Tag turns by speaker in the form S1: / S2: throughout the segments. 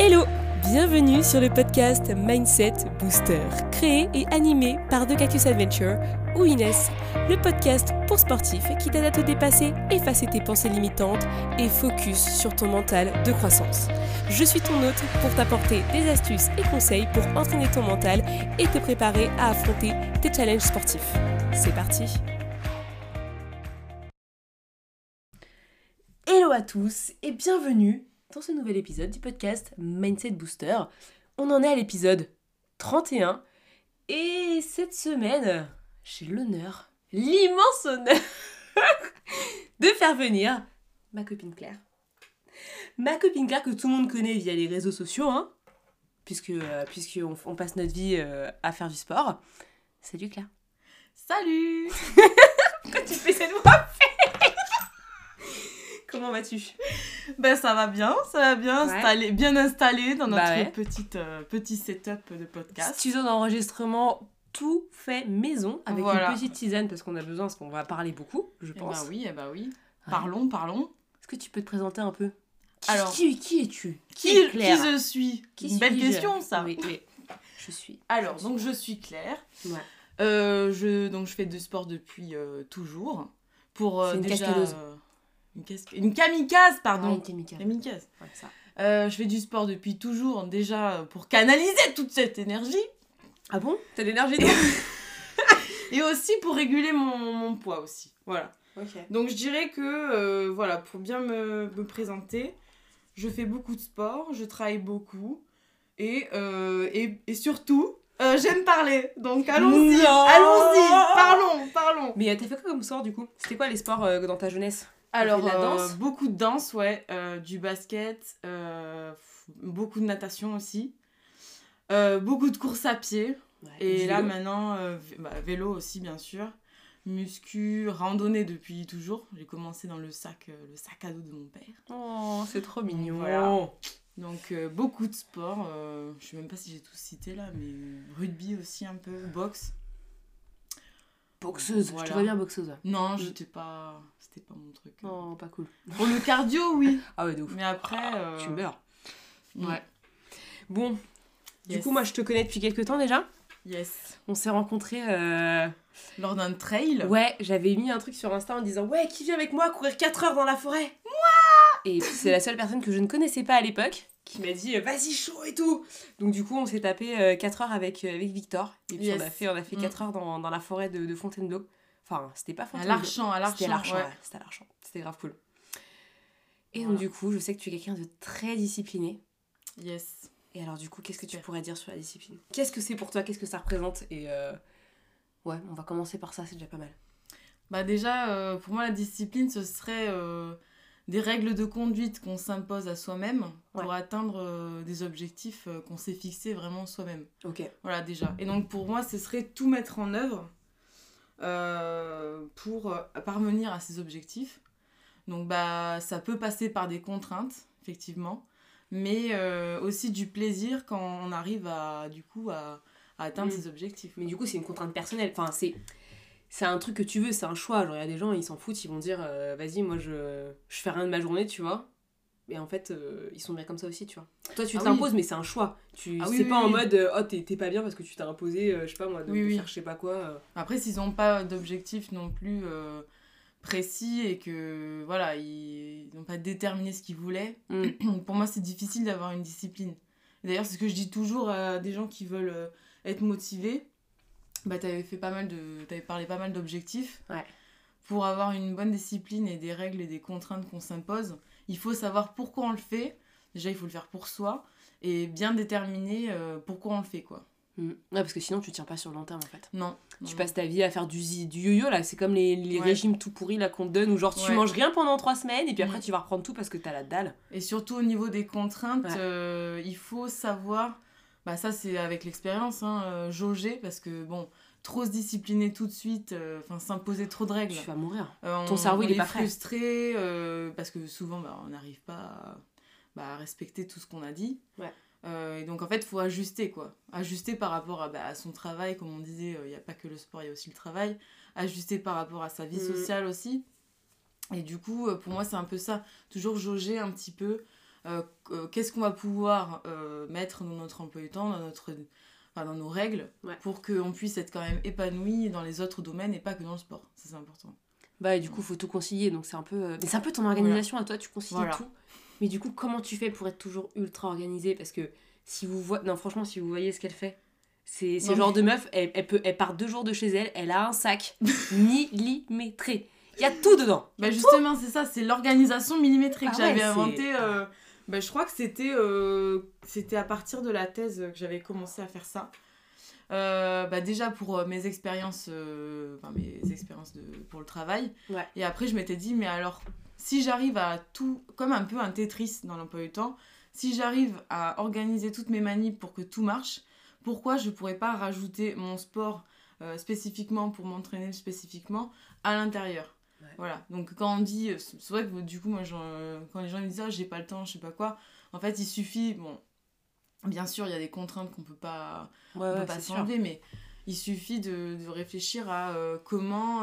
S1: Hello, bienvenue sur le podcast Mindset Booster, créé et animé par The Cactus Adventure ou Inès, le podcast pour sportifs qui t'aide à te dépasser, effacer tes pensées limitantes et focus sur ton mental de croissance. Je suis ton hôte pour t'apporter des astuces et conseils pour entraîner ton mental et te préparer à affronter tes challenges sportifs. C'est parti! Hello à tous et bienvenue dans ce nouvel épisode du podcast Mindset Booster. On en est à l'épisode 31 et cette semaine, j'ai l'honneur, l'immense honneur de faire venir ma copine Claire. Ma copine Claire que tout le monde connaît via les réseaux sociaux, puisqu'on passe notre vie à faire du sport. Salut Claire.
S2: Salut.
S1: Quand tu fais cette voix, comment vas-tu ?
S2: Ça va bien,
S1: Ouais.
S2: bien installé dans notre
S1: Ouais.
S2: petit setup de podcast.
S1: Studio d'enregistrement tout fait maison avec
S2: Voilà.
S1: une petite tisane parce qu'on a besoin, parce qu'on va parler beaucoup, je pense.
S2: Eh ben oui.
S1: Ouais.
S2: Parlons.
S1: Est-ce que tu peux te présenter un peu ?
S2: Alors,
S1: qui es-tu ?
S2: Qui
S1: est Claire ?
S2: je suis
S1: Qui
S2: Une belle
S1: suis-je ?
S2: question, ça.
S1: Oui, je suis.
S2: Alors, donc je suis Claire.
S1: Ouais.
S2: Je fais de sport depuis toujours. Pour
S1: C'est une
S2: déjà,
S1: cascadeuse.
S2: Une kamikaze, pardon.
S1: Une kamikaze.
S2: Kamikaze.
S1: Ouais, ça.
S2: Je fais du sport depuis toujours, déjà pour canaliser toute cette énergie.
S1: Ah bon ? T'as de l'énergie
S2: Et aussi pour réguler mon poids aussi. Voilà.
S1: Ok.
S2: Donc je dirais que, pour bien me présenter, je fais beaucoup de sport, je travaille beaucoup et surtout, j'aime parler. Donc allons-y, parlons.
S1: Mais t'as fait quoi comme sport du coup ? C'était quoi les sports dans ta jeunesse ?
S2: Alors,
S1: fait de la danse
S2: beaucoup de danse, ouais, du basket, beaucoup de natation aussi, beaucoup de course à pied.
S1: Ouais,
S2: Et
S1: du
S2: là
S1: vélo.
S2: maintenant, vélo aussi bien sûr, muscu, randonnée depuis toujours. J'ai commencé dans le sac à dos de mon père.
S1: Oh, c'est trop mignon.
S2: Voilà. Donc beaucoup de sport, je sais même pas si j'ai tout cité là, mais rugby aussi un peu, boxe.
S1: Boxeuse,
S2: Voilà.
S1: je te vois bien boxeuse.
S2: Non, c'était pas mon truc.
S1: Oh, pas cool.
S2: Pour le cardio, oui.
S1: Ah ouais, de ouf.
S2: Mais après,
S1: Tu meurs.
S2: ouais.
S1: Bon, du
S2: Yes.
S1: coup, moi je te connais depuis quelques temps déjà.
S2: Yes.
S1: On s'est rencontrés.
S2: Lors d'un trail.
S1: Ouais, j'avais mis un truc sur Insta en disant ouais, qui vient avec moi courir 4 heures dans la forêt ? Moi ! Et puis c'est la seule personne que je ne connaissais pas à l'époque qui m'a dit vas-y chaud et tout. Donc du coup, on s'est tapé 4 heures avec Victor et puis
S2: Yes.
S1: on a fait 4 heures dans la forêt de Fontainebleau. Enfin, c'était pas
S2: À
S1: Fontainebleau.
S2: l'Archamp,
S1: C'était à l'Archamp,
S2: ouais.
S1: ouais, c'était à l'Archamp. C'était grave cool. Et
S2: Voilà.
S1: donc du coup, je sais que tu es quelqu'un de très discipliné.
S2: Yes.
S1: Et alors du coup, qu'est-ce que tu
S2: Super.
S1: pourrais dire sur la discipline ? Qu'est-ce que c'est pour toi ? Qu'est-ce que ça représente ? Et ouais, on va commencer par ça, c'est déjà pas mal.
S2: Déjà, pour moi, la discipline, ce serait des règles de conduite qu'on s'impose à soi-même pour atteindre des objectifs qu'on s'est fixés vraiment soi-même.
S1: Ok.
S2: Voilà, déjà. Et donc, pour moi, ce serait tout mettre en œuvre pour parvenir à ces objectifs. Donc, ça peut passer par des contraintes, effectivement, mais aussi du plaisir quand on arrive à atteindre ces objectifs.
S1: Mais du coup, c'est une contrainte personnelle. Enfin, c'est un truc que tu veux, c'est un choix. Genre, il y a des gens, ils s'en foutent, ils vont dire vas-y, moi, je fais rien de ma journée, tu vois. Et en fait, ils sont bien comme ça aussi, tu vois. Toi, tu te l'imposes, mais c'est un choix. C'est pas en mode oh, t'es pas bien parce que tu t'es imposé, je sais pas moi, de faire je sais pas quoi.
S2: Après, s'ils n'ont pas d'objectif non plus précis et que voilà, ils n'ont pas déterminé ce qu'ils voulaient, pour moi, c'est difficile d'avoir une discipline. Et d'ailleurs, c'est ce que je dis toujours à des gens qui veulent être motivés. T'avais parlé pas mal d'objectifs.
S1: Ouais.
S2: Pour avoir une bonne discipline et des règles et des contraintes qu'on s'impose, il faut savoir pourquoi on le fait. Déjà, il faut le faire pour soi et bien déterminer pourquoi on le fait, quoi.
S1: Ouais, parce que sinon, tu tiens pas sur le long terme, en fait.
S2: Non.
S1: Tu passes ta vie à faire du yo-yo, là. C'est comme les régimes tout pourris, là, qu'on te donne, où genre, tu manges rien pendant 3 semaines, et puis après, tu vas reprendre tout parce que t'as la dalle.
S2: Et surtout, au niveau des contraintes, il faut savoir... ça, c'est avec l'expérience, jauger, parce que, bon... trop se discipliner tout de suite, s'imposer trop de règles.
S1: Tu vas mourir. Ton cerveau, il est pas
S2: frustré parce que souvent, on n'arrive pas à respecter tout ce qu'on a dit.
S1: Ouais.
S2: Et donc, en fait, il faut ajuster, quoi. Ajuster par rapport à son travail, comme on disait, il n'y a pas que le sport, il y a aussi le travail. Ajuster par rapport à sa vie sociale aussi. Et du coup, pour moi, c'est un peu ça. Toujours jauger un petit peu qu'est-ce qu'on va pouvoir mettre dans notre emploi du temps, dans nos règles, pour qu'on puisse être quand même épanoui dans les autres domaines et pas que dans le sport. Ça, c'est important.
S3: Et du coup, il faut tout concilier. Donc, c'est un peu, mais c'est un peu ton organisation à toi, tu concilies tout. Mais du coup, comment tu fais pour être toujours ultra organisée ? Parce que si vous voyez ce qu'elle fait, c'est le genre de meuf, elle part 2 jours de chez elle, elle a un sac millimétré. Il y a tout dedans.
S2: Justement, c'est ça, c'est l'organisation millimétrée que j'avais inventée. Je crois que c'était à partir de la thèse que j'avais commencé à faire ça. Déjà pour mes expériences pour le travail. Et après, je m'étais dit, mais alors, si j'arrive à tout, comme un peu un Tetris dans l'emploi du temps, si j'arrive à organiser toutes mes manips pour que tout marche, pourquoi je pourrais pas rajouter mon sport spécifiquement pour m'entraîner spécifiquement à l'intérieur ? Voilà, donc quand on dit, c'est vrai que du coup, moi, quand les gens me disent j'ai pas le temps, je sais pas quoi, en fait, il suffit, bien sûr, il y a des contraintes qu'on peut pas s'enlever, mais il suffit de réfléchir à comment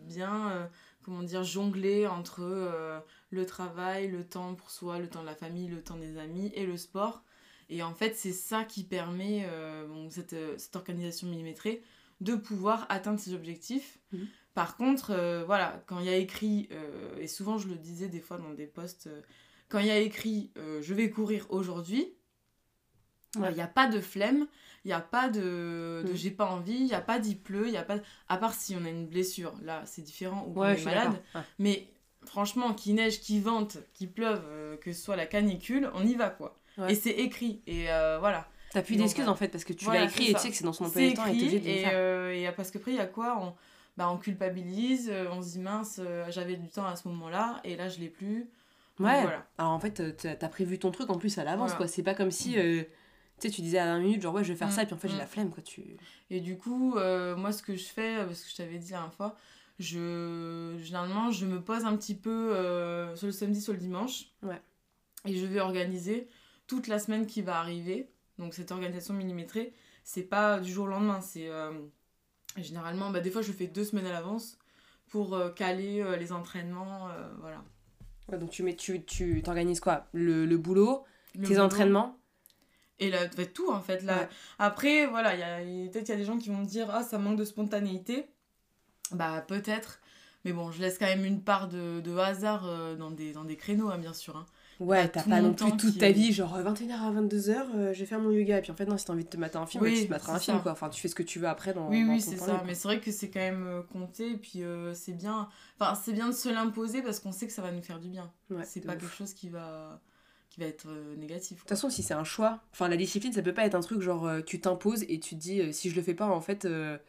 S2: jongler entre le travail, le temps pour soi, le temps de la famille, le temps des amis et le sport. Et en fait, c'est ça qui permet, cette organisation millimétrée, de pouvoir atteindre ses objectifs. Par contre, quand il y a écrit, et souvent je le disais des fois dans des posts, quand il y a écrit je vais courir aujourd'hui, il n'y a pas de flemme, il n'y a pas de j'ai pas envie, il n'y a pas d'il pleut, à part si on a une blessure, là c'est différent, ou qu'on est malade. Mais franchement, qu'il neige, qu'il vente, qu'il pleuve, que ce soit la canicule, on y va quoi. Et c'est écrit, et voilà.
S3: T'as plus d'excuses en fait, parce que tu l'as écrit et tu sais que c'est dans son emploi du temps et t'es obligé de le faire.
S2: Et parce qu'après, il y a quoi on culpabilise, on se dit mince, j'avais du temps à ce moment-là, et là je l'ai plus.
S3: Voilà. Alors en fait, t'as prévu ton truc en plus à l'avance, quoi. C'est pas comme si tu disais à 20 minutes, genre je vais faire ça, et puis en fait j'ai la flemme, quoi.
S2: Et du coup, moi ce que je fais, parce que je t'avais dit la dernière fois, généralement je me pose un petit peu sur le samedi, sur le dimanche, et je vais organiser toute la semaine qui va arriver. Donc cette organisation millimétrée, c'est pas du jour au lendemain, c'est généralement, des fois je fais 2 semaines à l'avance pour caler les entraînements, voilà.
S3: Ouais, donc tu t'organises quoi ? Le boulot, tes entraînements ?
S2: Et là, tout en fait. Là. Après, voilà, peut-être qu'il y a des gens qui vont me dire ça manque de spontanéité. Peut-être. Mais bon, je laisse quand même une part de hasard dans des créneaux, bien sûr. Hein.
S3: Ouais, t'as pas non plus toute ta vie, genre 21h à 22h, je vais faire mon yoga. Et puis en fait, non, si t'as envie de te mater un film, tu te materas un film, quoi. Enfin, tu fais ce que tu veux après dans
S2: Oui,
S3: ton
S2: c'est
S3: temps
S2: ça.
S3: libre.
S2: Mais c'est vrai que c'est quand même compté. Et puis c'est bien. Enfin, c'est bien de se l'imposer parce qu'on sait que ça va nous faire du bien. C'est pas quelque chose qui va être négatif.
S3: De toute façon, si c'est un choix, enfin, la discipline, ça peut pas être un truc genre tu t'imposes et tu te dis si je le fais pas, en fait, je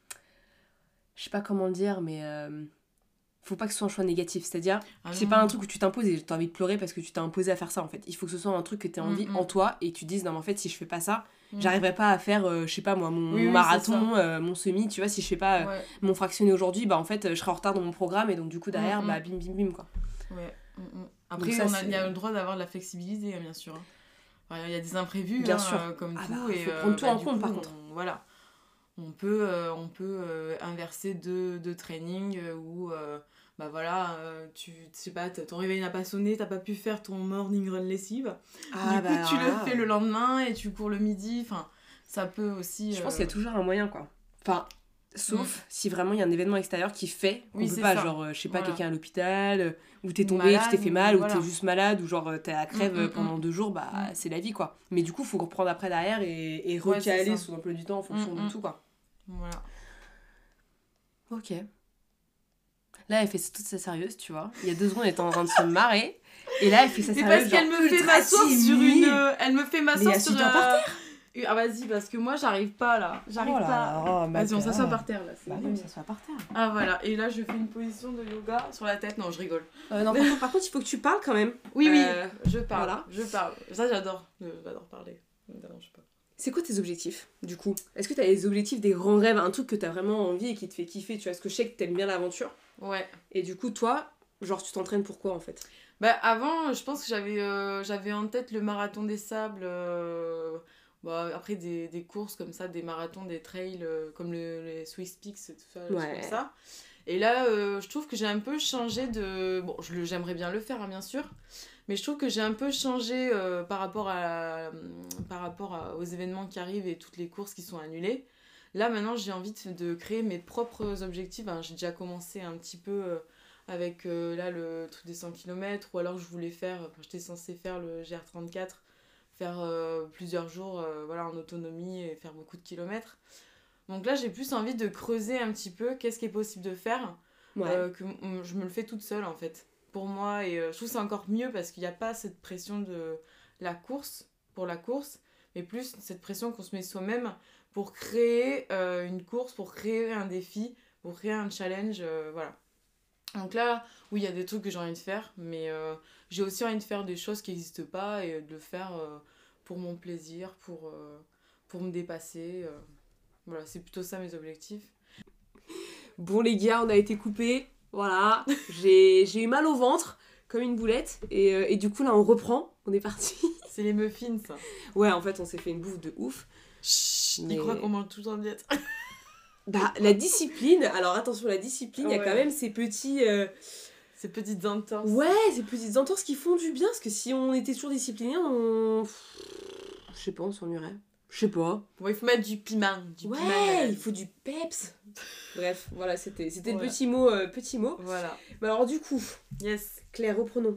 S3: sais pas comment le dire, mais. Faut pas que ce soit un choix négatif, c'est-à-dire c'est pas un truc où tu t'imposes et t'as envie de pleurer parce que tu t'es imposé à faire ça en fait. Il faut que ce soit un truc que t'aies envie en toi et que tu te dises non mais en fait si je fais pas ça, j'arriverai pas à faire je sais pas moi mon marathon, mon semi, tu vois, si je fais pas mon fractionné aujourd'hui, en fait je serai en retard dans mon programme et donc du coup derrière bim bim bim quoi.
S2: Après il y a le droit d'avoir de la flexibilité bien sûr. Il y a des imprévus bien sûr comme tout et
S3: faut prendre tout en compte par contre.
S2: Voilà. On peut inverser deux trainings où tu sais pas, ton réveil n'a pas sonné, t'as pas pu faire ton morning run lessive, tu le fais le lendemain et tu cours le midi, enfin ça peut aussi
S3: je pense qu'il y a toujours un moyen quoi, enfin sauf si vraiment il y a un événement extérieur qui fait qu'on peut pas, genre je sais pas, quelqu'un à l'hôpital ou t'es tombé, tu t'es fait mal ou t'es juste malade ou genre t'es à crève pendant 2 jours, c'est la vie quoi, mais du coup faut reprendre après derrière et recaler son emploi du temps en fonction de tout quoi.
S2: Voilà.
S3: Ok. Là, elle fait toute sa sérieuse, tu vois. Il y a 2 secondes, elle était en train de se marrer. Et là, elle fait sa sérieuse.
S2: C'est parce qu'elle me fait m'asseoir sur une. Elle me fait m'asseoir sur
S3: par terre.
S2: Ah, vas-y, parce que moi, j'arrive pas là. Vas-y, on s'assoit par terre là.
S3: On s'assoit par terre.
S2: Ah, voilà. Et là, je fais une position de yoga sur la tête. Non, je rigole.
S3: Non, par contre, il faut que tu parles quand même.
S2: Oui, je parle. Voilà. Je parle. Ça, j'adore. J'adore parler. Ça me dérange pas.
S3: C'est quoi tes objectifs, du coup ? Est-ce que t'as des objectifs, des grands rêves, un truc que t'as vraiment envie et qui te fait kiffer, tu vois ? Parce que je sais que t'aimes bien l'aventure.
S2: Ouais.
S3: Et du coup, toi, genre, tu t'entraînes pour quoi, en fait ?
S2: Avant, je pense que j'avais en tête le marathon des sables. Après, des courses comme ça, des marathons, des trails, comme les Swiss Peaks et tout ça, comme ça. Et là, je trouve que j'ai un peu changé de... Bon, j'aimerais bien le faire, hein, bien sûr. Mais je trouve que j'ai un peu changé par rapport aux événements qui arrivent et toutes les courses qui sont annulées. Là, maintenant, j'ai envie de créer mes propres objectifs. J'ai déjà commencé un petit peu avec là, le truc des 100 km, ou alors j'étais censée faire le GR34, faire plusieurs jours voilà, en autonomie et faire beaucoup de kilomètres. Donc là, j'ai plus envie de creuser un petit peu qu'est-ce qui est possible de faire, que je me le fais toute seule en fait. Pour moi, et je trouve que c'est encore mieux parce qu'il n'y a pas cette pression de la course, pour la course, mais plus cette pression qu'on se met soi-même pour créer une course, pour créer un défi, pour créer un challenge, voilà. Donc là, oui, il y a des trucs que j'ai envie de faire, mais j'ai aussi envie de faire des choses qui n'existent pas et de le faire pour mon plaisir, pour me dépasser. Voilà, c'est plutôt ça mes objectifs.
S3: Bon les gars, on a été coupés, voilà, j'ai eu mal au ventre, comme une boulette, et du coup là on reprend, on est parti.
S2: C'est les muffins, ça.
S3: Ouais, en fait on s'est fait une bouffe de ouf.
S2: Chut, ils croient qu'on mange tout en diète.
S3: Bah, la discipline, alors attention, la discipline, il y a quand même ces petits...
S2: Ces petites entorses.
S3: Ouais, ces petites entorses qui font du bien, parce que si on était toujours disciplinés, je sais pas, on s'ennuierait. Je sais pas.
S2: Ouais, il faut mettre du piment.
S3: Il faut du peps. Bref, voilà, c'était le petit mot.
S2: Voilà.
S3: Mais alors du coup,
S2: yes.
S3: Claire, reprenons.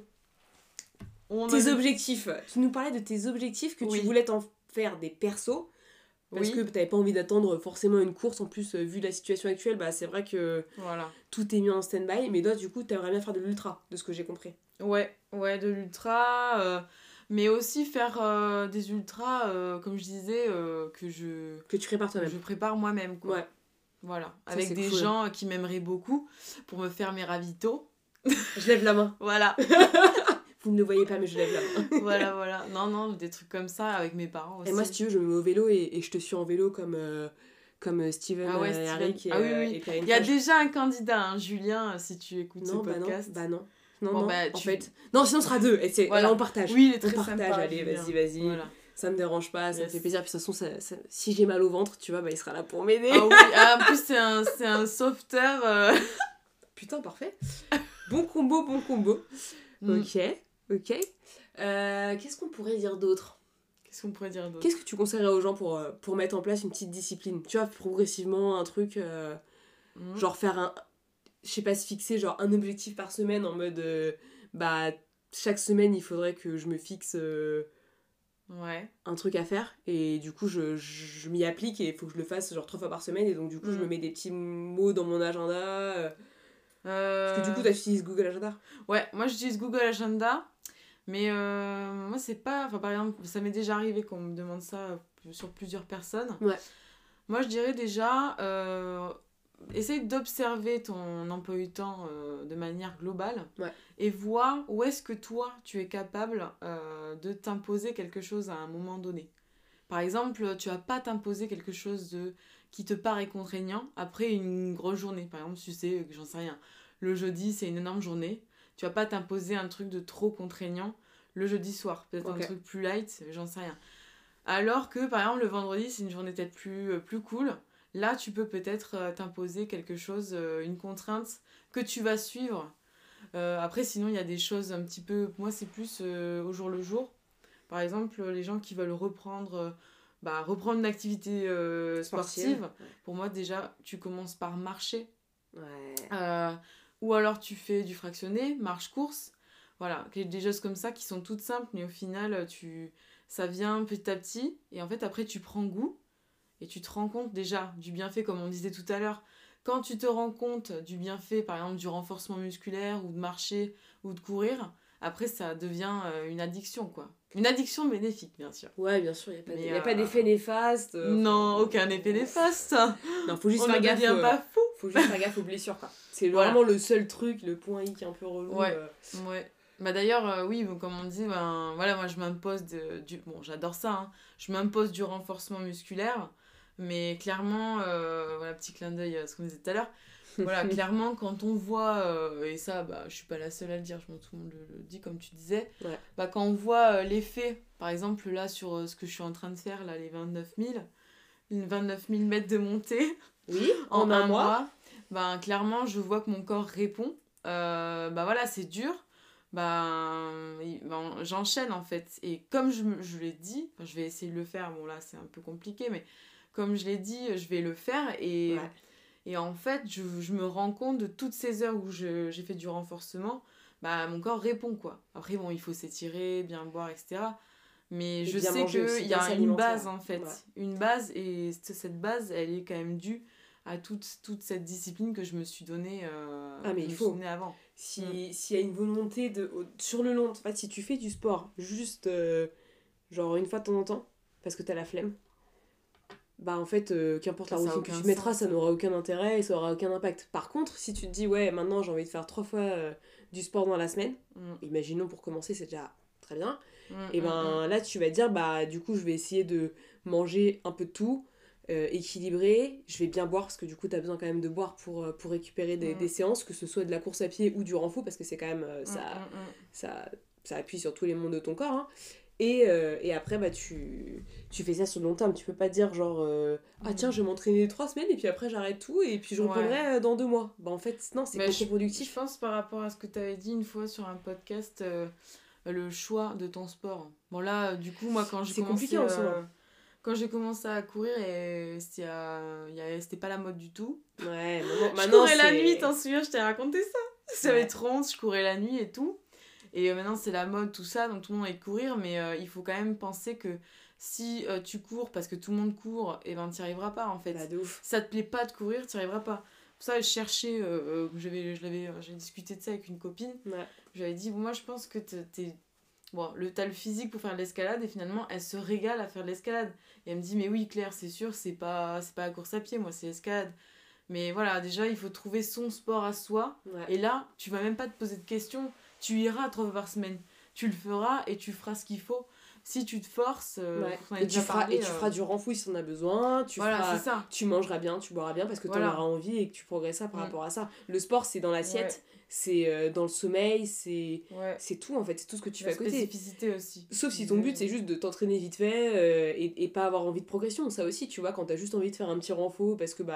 S3: Tes objectifs. Tu nous parlais de tes objectifs, que tu voulais t'en faire des persos. Parce que t'avais pas envie d'attendre forcément une course. En plus, vu la situation actuelle, bah, c'est vrai que tout est mis en stand-by. Mais toi, du coup, t'aimerais bien faire de l'ultra, de ce que j'ai compris.
S2: Ouais, de l'ultra. Mais aussi faire des ultras, comme je disais, que
S3: tu prépares toi-même.
S2: Je prépare moi-même, quoi. Ouais. Voilà. Ça, avec des gens qui m'aimeraient beaucoup pour me faire mes ravitaux.
S3: Je lève la main.
S2: Voilà.
S3: Vous ne le voyez pas, mais je lève la main.
S2: voilà. Non, des trucs comme ça avec mes parents aussi.
S3: Et moi, si tu veux, je me mets au vélo et je te suis en vélo comme Steven, Eric et
S2: et Karine. Il y a déjà un candidat, Julien, si tu écoutes ce podcast.
S3: Non, en fait. Non, sinon on sera deux. Et on partage.
S2: Oui, il est très
S3: sympa. Allez,
S2: Julien.
S3: Vas-y. Voilà. Ça me dérange pas, ça me fait plaisir. Puis de toute façon, si j'ai mal au ventre, tu vois, bah, il sera là pour m'aider.
S2: Ah oui, en plus, c'est un sauveteur.
S3: Putain, parfait. Bon combo. Ok. Qu'est-ce qu'on pourrait dire d'autre ? Qu'est-ce que tu conseillerais aux gens pour mettre en place une petite discipline ? Tu vois, progressivement, un truc... genre faire je sais pas, se fixer genre un objectif par semaine en mode... chaque semaine, il faudrait que je me fixe un truc à faire. Et du coup, je m'y applique et il faut que je le fasse genre 3 fois par semaine. Et donc, du coup, je me mets des petits mots dans mon agenda... Parce que du coup, tu utilises Google Agenda ?
S2: Ouais, moi j'utilise Google Agenda, mais moi c'est pas... Enfin, par exemple, ça m'est déjà arrivé qu'on me demande ça sur plusieurs personnes.
S3: Ouais.
S2: Moi je dirais déjà, essaye d'observer ton emploi du temps de manière globale et vois où est-ce que toi tu es capable de t'imposer quelque chose à un moment donné. Par exemple, tu vas pas t'imposer quelque chose qui te paraît contraignant après une grosse journée. Par exemple, tu sais, j'en sais rien, le jeudi c'est une énorme journée, tu vas pas t'imposer un truc de trop contraignant le jeudi soir, peut-être un truc plus light, j'en sais rien. Alors que par exemple le vendredi c'est une journée peut-être plus cool, là tu peux peut-être t'imposer quelque chose, une contrainte que tu vas suivre. Après sinon il y a des choses un petit peu, moi c'est plus au jour le jour. Par exemple, les gens qui veulent reprendre une activité sportive, pour moi déjà, tu commences par marcher. Ouais. Ou alors tu fais du fractionné, marche-course. Voilà, des choses comme ça qui sont toutes simples, mais au final, ça vient petit à petit. Et en fait, après, tu prends goût et tu te rends compte déjà du bienfait, comme on disait tout à l'heure. Quand tu te rends compte du bienfait, par exemple, du renforcement musculaire ou de marcher ou de courir, après, ça devient une addiction, quoi. Une addiction bénéfique, bien sûr.
S3: Ouais, bien sûr, il n'y a pas d'effet néfaste.
S2: Non, aucun effet néfaste.
S3: Non, faut juste faire gaffe.
S2: On ne devient pas fou.
S3: Faut juste faire gaffe aux blessures, quoi. C'est vraiment le seul truc, le point I qui est un peu relou.
S2: Ouais. Bah d'ailleurs, oui, comme on dit, voilà, moi je m'impose bon, j'adore ça, hein. Je m'impose du renforcement musculaire, mais clairement, voilà, petit clin d'œil à ce qu'on disait tout à l'heure. Voilà, clairement, quand on voit, et ça, je suis pas la seule à le dire, tout le monde le dit, comme tu disais, quand on voit l'effet, par exemple, là, sur ce que je suis en train de faire, là, les 29 000 mètres de montée, en un mois, clairement, je vois que mon corps répond. Voilà, c'est dur. j'enchaîne en fait. Et comme je l'ai dit, je vais essayer de le faire, bon là c'est un peu compliqué, mais comme je l'ai dit, je vais le faire et en fait je me rends compte de toutes ces heures où j'ai fait du renforcement, mon corps répond quoi. Après bon, il faut s'étirer, bien boire, etc. Mais je sais qu'il y a une base en fait, une base, et cette base elle est quand même due à toute cette discipline que je me suis donnée,
S3: mais il faut avant. S'il y a une volonté sur le long, en fait, si tu fais du sport juste genre une fois de temps en temps parce que t'as la flemme, en fait qu'importe la routine que tu mettras, ça n'aura aucun intérêt et ça aura aucun impact. Par contre, si tu te dis ouais, maintenant j'ai envie de faire 3 fois du sport dans la semaine, imaginons pour commencer, c'est déjà très bien, et là tu vas te dire du coup je vais essayer de manger un peu de tout, équilibré, je vais bien boire parce que du coup t'as besoin quand même de boire pour récupérer des séances, que ce soit de la course à pied ou du renfort, parce que c'est quand même ça appuie sur tous les membres de ton corps, hein. Et après tu fais ça sur le long terme. Tu peux pas dire genre tiens, je vais m'entraîner 3 semaines et puis après j'arrête tout et puis je reprendrai dans 2 mois. En fait non, c'est contre-productif.
S2: Je pense par rapport à ce que tu avais dit une fois sur un podcast, le choix de ton sport. Bon là du coup moi quand j'ai commencé quand j'ai commencé à courir, c'était pas la mode du tout.
S3: Ouais,
S2: je courais la nuit, t'en souviens, je t'ai raconté ça. J'avais 30, je courais la nuit et tout. Et maintenant c'est la mode, tout ça, donc tout le monde aime courir, mais il faut quand même penser que si tu cours parce que tout le monde court, t'y arriveras pas en fait.
S3: De ouf.
S2: Ça te plaît pas de courir, t'y arriveras pas. Pour ça, je cherchais, j'ai discuté de ça avec une copine.
S3: Ouais.
S2: J'avais dit, moi je pense que t'as le physique pour faire de l'escalade, et finalement elle se régale à faire de l'escalade. Et elle me dit, mais oui Claire, c'est sûr, c'est pas la course à pied, moi c'est l'escalade. Mais voilà, déjà il faut trouver son sport à soi.
S3: Ouais.
S2: Et là, tu vas même pas te poser de questions. Tu iras 3 fois par semaine. Tu le feras et tu feras ce qu'il faut. Si tu te forces...
S3: tu feras du renfou si t'en as besoin. Tu mangeras bien, tu boiras bien parce que t'en auras envie et que tu progresseras par rapport à ça. Le sport, c'est dans l'assiette, c'est dans le sommeil, c'est tout en fait. C'est tout ce que tu fais à côté.
S2: La spécificité aussi.
S3: Sauf si ton but, c'est juste de t'entraîner vite fait et pas avoir envie de progression. Ça aussi, tu vois, quand t'as juste envie de faire un petit renfo parce que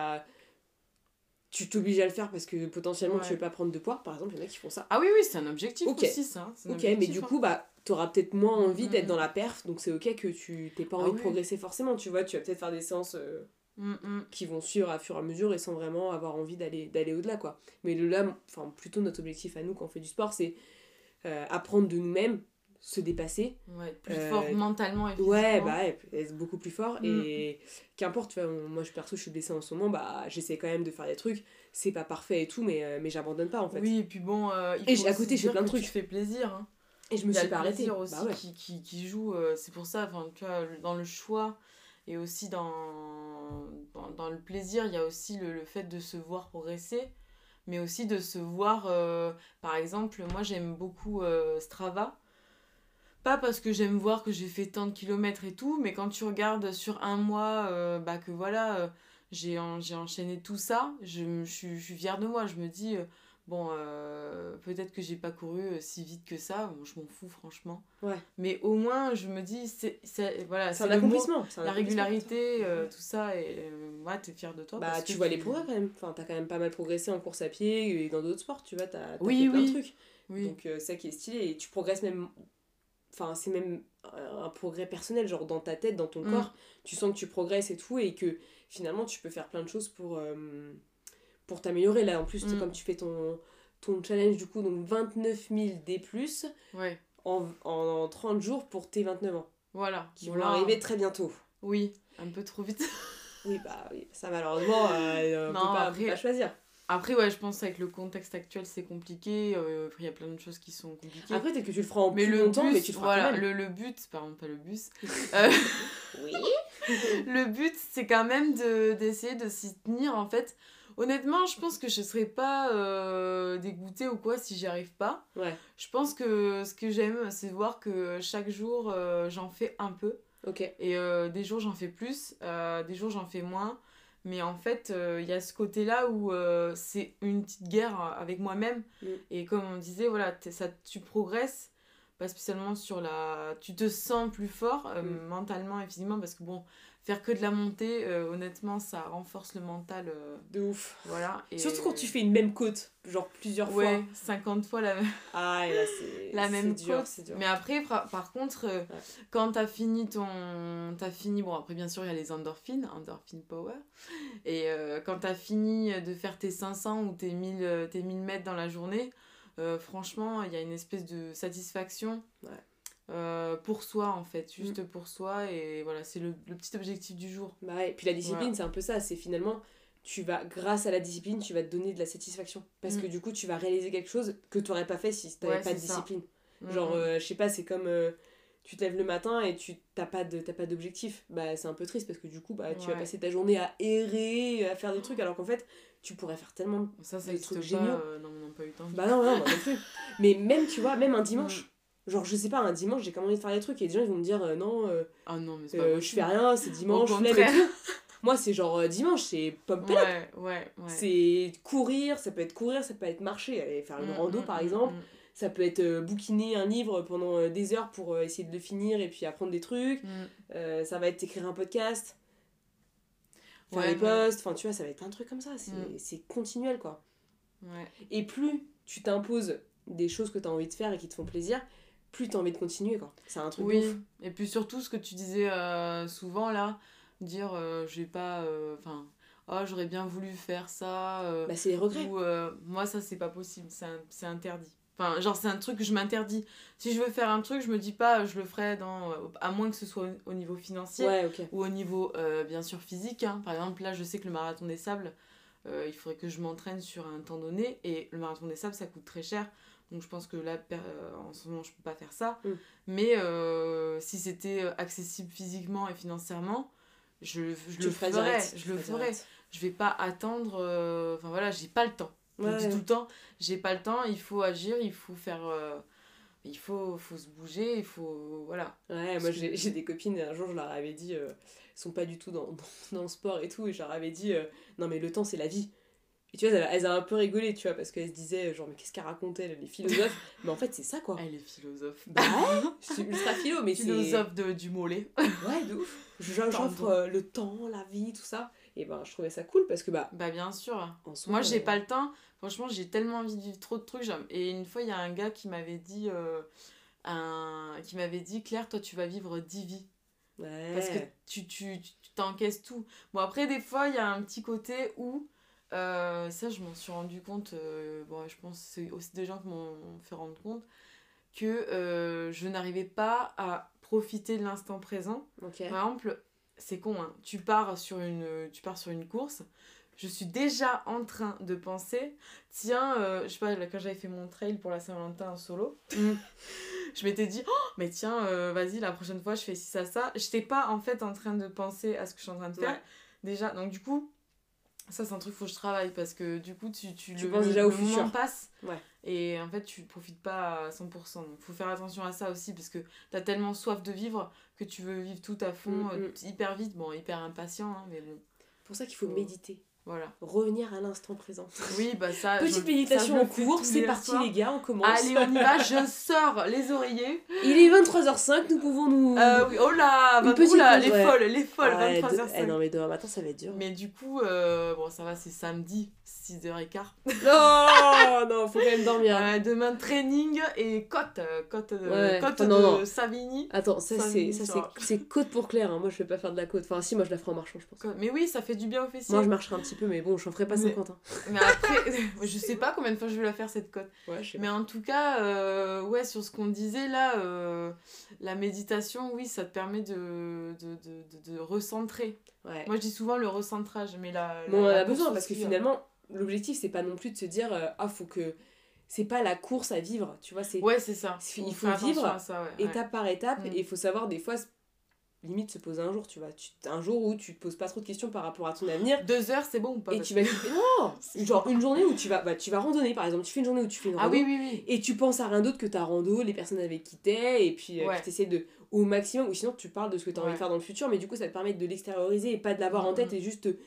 S3: tu t'obliges à le faire parce que potentiellement tu veux pas prendre de poids, par exemple, il y en a qui font ça.
S2: Ah oui, c'est un objectif aussi, ça.
S3: Mais du coup, t'auras peut-être moins envie d'être dans la perf, donc c'est ok que tu t'aies pas envie de progresser forcément, tu vois, tu vas peut-être faire des séances qui vont suivre à fur et à mesure et sans vraiment avoir envie d'aller au-delà, quoi. Mais plutôt notre objectif à nous quand on fait du sport, c'est apprendre de nous-mêmes, se dépasser,
S2: plus fort mentalement et physiquement,
S3: être beaucoup plus fort. Et qu'importe, moi perso je suis blessée en ce moment, j'essaie quand même de faire des trucs, c'est pas parfait et tout, mais j'abandonne pas en fait.
S2: Oui, et puis bon,
S3: à côté je fais plein de trucs,
S2: tu fais plaisir, hein.
S3: Et je me suis pas arrêtée.
S2: Il y a le plaisir aussi qui joue, c'est pour ça, tu vois, dans le choix et aussi dans le plaisir, il y a aussi le fait de se voir progresser, mais aussi de se voir, par exemple, moi j'aime beaucoup Strava. Pas parce que j'aime voir que j'ai fait tant de kilomètres et tout, mais quand tu regardes sur un mois, que voilà, j'ai enchaîné tout ça, je suis fière de moi. Je me dis, peut-être que j'ai pas couru si vite que ça, je m'en fous franchement.
S3: Ouais.
S2: Mais au moins, je me dis, c'est
S3: un accomplissement.
S2: La régularité, tout ça, et t'es fière de toi.
S3: Tu vois les progrès quand même. Enfin, t'as quand même pas mal progressé en course à pied et dans d'autres sports, tu vois, t'as fait plein de trucs. Oui. Donc, ça qui est stylé, et tu progresses même. Enfin, c'est même un progrès personnel, genre dans ta tête, dans ton corps, tu sens que tu progresses et tout, et que finalement tu peux faire plein de choses pour t'améliorer. Là en plus, comme tu fais ton challenge du coup, donc 29 000 D+, en 30 jours pour tes 29 ans.
S2: Voilà.
S3: Qui vont arriver très bientôt.
S2: Oui, un peu trop vite.
S3: oui, ça malheureusement, on peut pas choisir.
S2: Après, je pense avec le contexte actuel, c'est compliqué. Il y a plein de choses qui sont compliquées.
S3: Après, peut-être que tu le feras en plus longtemps, mais tu le feras quand même.
S2: Le but, pardon, pas le bus.
S3: Oui.
S2: Le but, c'est quand même d'essayer de s'y tenir, en fait. Honnêtement, je pense que je serais pas dégoûtée ou quoi si j'y arrive pas.
S3: Ouais.
S2: Je pense que ce que j'aime, c'est voir que chaque jour, j'en fais un peu.
S3: Ok.
S2: Et des jours, j'en fais plus. Des jours, j'en fais moins. Mais en fait, il y a ce côté-là où c'est une petite guerre avec moi-même. Et comme on disait, voilà, tu progresses pas spécialement sur la... Tu te sens plus fort mentalement et physiquement, parce que bon, faire que de la montée, honnêtement, ça renforce le mental.
S3: De ouf.
S2: Voilà. Et...
S3: Surtout quand tu fais une même côte, genre plusieurs fois.
S2: Ouais, 50 fois la même...
S3: Ah, et là, c'est...
S2: la même
S3: dur,
S2: côte.
S3: c'est dur.
S2: Mais après, par contre, quand t'as fini ton... Bon, après, bien sûr, il y a les endorphines power. Et quand t'as fini de faire tes 500 ou tes 1000 mètres dans la journée, franchement, il y a une espèce de satisfaction pour soi, en fait. Juste pour soi. Et voilà, c'est le petit objectif du jour.
S3: Bah ouais, et puis la discipline, c'est un peu ça. C'est finalement... grâce à la discipline, tu vas te donner de la satisfaction. Parce que du coup, tu vas réaliser quelque chose que tu n'aurais pas fait si tu n'avais pas de discipline. Genre, je sais pas, c'est comme tu te lèves le matin et tu t'as pas d'objectif. Bah, c'est un peu triste parce que du coup, tu vas passer ta journée à errer, à faire des trucs, alors qu'en fait, tu pourrais faire tellement de trucs géniaux.
S2: Non, on n'a pas eu le temps.
S3: Bah non, moi non plus. Mais même, tu vois, même un dimanche. Genre, je sais pas, un dimanche, j'ai quand même envie de faire des trucs et les gens ils vont me dire non,
S2: ah non, mais c'est pas
S3: je fais rien, c'est dimanche, flemme et tout. Moi, c'est genre dimanche, c'est pop up.
S2: Ouais.
S3: C'est courir, ça peut être marcher, aller faire une rando par exemple. Ça peut être bouquiner un livre pendant des heures pour essayer de le finir et puis apprendre des trucs. Ça va être écrire un podcast, faire des posts, enfin tu vois, ça va être plein de trucs comme ça. C'est continuel quoi. Et plus tu t'imposes des choses que tu as envie de faire et qui te font plaisir, plus tu as envie de continuer quoi. C'est un truc de ouf.
S2: Et puis surtout ce que tu disais souvent là, dire j'ai pas j'aurais bien voulu faire ça
S3: bah c'est les regrets
S2: ou moi ça c'est pas possible, c'est interdit, enfin genre c'est un truc que je m'interdis. Si je veux faire un truc, je me dis pas je le ferai à moins que ce soit au niveau financier ou au niveau bien sûr physique hein. Par exemple là je sais que le marathon des sables il faudrait que je m'entraîne sur un temps donné et le marathon des sables ça coûte très cher. Donc je pense que là, en ce moment, je peux pas faire ça. Mais si c'était accessible physiquement et financièrement, je le ferais. Je vais pas attendre... Enfin voilà, j'ai pas le temps. Je le dis tout le temps, j'ai pas le temps, il faut agir, il faut faire... il faut se bouger, il faut... Voilà.
S3: Ouais, moi j'ai des copines, et un jour je leur avais dit... elles sont pas du tout dans le sport et tout, et je leur avais dit non mais le temps c'est la vie. Et tu vois, elles ont un peu rigolé, tu vois, parce qu'elles se disaient, genre, mais qu'est-ce qu'elle racontait, les philosophes. Mais en fait, c'est ça, quoi.
S2: Elle est philosophe.
S3: Bah ouais, je suis ultra philo, mais
S2: philosophe du mollet.
S3: Ouais, de ouf. J'offre le temps, la vie, tout ça. Et ben, je trouvais ça cool, parce que bah
S2: bien sûr. Moi, j'ai pas le temps. Franchement, j'ai tellement envie de vivre trop de trucs. Et une fois, il y a un gars qui m'avait dit, Claire, toi, tu vas vivre 10 vies.
S3: Ouais.
S2: Parce que tu t'encaisses tout. Bon, après, des fois, il y a un petit côté où... ça je m'en suis rendu compte je pense que c'est aussi des gens qui m'ont fait rendre compte que je n'arrivais pas à profiter de l'instant présent. Par exemple, c'est con hein, tu pars sur une course, je suis déjà en train de penser tiens je sais pas, quand j'avais fait mon trail pour la Saint-Valentin en solo je m'étais dit mais tiens vas-y la prochaine fois je fais ci ça, j'étais pas en fait en train de penser à ce que je suis en train de faire déjà, donc du coup ça c'est un truc faut que je travaille parce que du coup tu
S3: penses déjà au
S2: futur, moment passe
S3: ouais.
S2: Et en fait tu profites pas à 100%, donc faut faire attention à ça aussi parce que t'as tellement soif de vivre que tu veux vivre tout à fond hyper vite, bon hyper impatient hein, mais bon.
S3: Pour ça qu'il faut méditer.
S2: Voilà.
S3: Revenir à l'instant présent.
S2: Oui, bah ça...
S3: Petite méditation en cours, c'est parti les gars, on commence.
S2: Allez, on y va, je sors les oreillers.
S3: Il est 23h05, nous pouvons nous...
S2: oui, oh là, les folles, 23h05.
S3: Non mais demain matin, ça va être dur.
S2: Mais du coup, bon ça va, c'est samedi, 6h15.
S3: Non, faut quand même dormir.
S2: Demain, training et côte de Savigny.
S3: Attends, c'est côte pour Claire, hein. Moi je vais pas faire de la côte. Enfin si, moi je la ferai en marchant, je pense.
S2: Mais oui, ça fait du bien aux fessiers.
S3: Moi je marcherai un petit peu, mais bon, j'en ferai pas 50. Hein.
S2: Mais après, je sais pas combien de fois je vais la faire cette côte.
S3: Ouais, je sais pas.
S2: Mais en tout cas, sur ce qu'on disait là, la méditation, oui, ça te permet de recentrer. Ouais. Moi je dis souvent le recentrage, mais
S3: on en a besoin parce que finalement, l'objectif c'est pas non plus de se dire faut que. C'est pas la course à vivre, tu vois.
S2: Ouais, c'est ça.
S3: Il faut vivre étape par étape et il faut savoir des fois. Limite se poser un jour, tu vois. Un jour où tu te poses pas trop de questions par rapport à ton avenir.
S2: 2 heures, c'est bon ou pas?
S3: Et tu vas non genre une journée où tu vas randonner, par exemple. Tu fais une journée où tu fais une rando.
S2: Ah oui.
S3: Et tu penses à rien d'autre que ta rando, les personnes avec qui t'es, et puis tu essaies de, au maximum, ou sinon tu parles de ce que tu as envie de faire dans le futur, mais du coup ça te permet de l'extérioriser et pas de l'avoir en tête et juste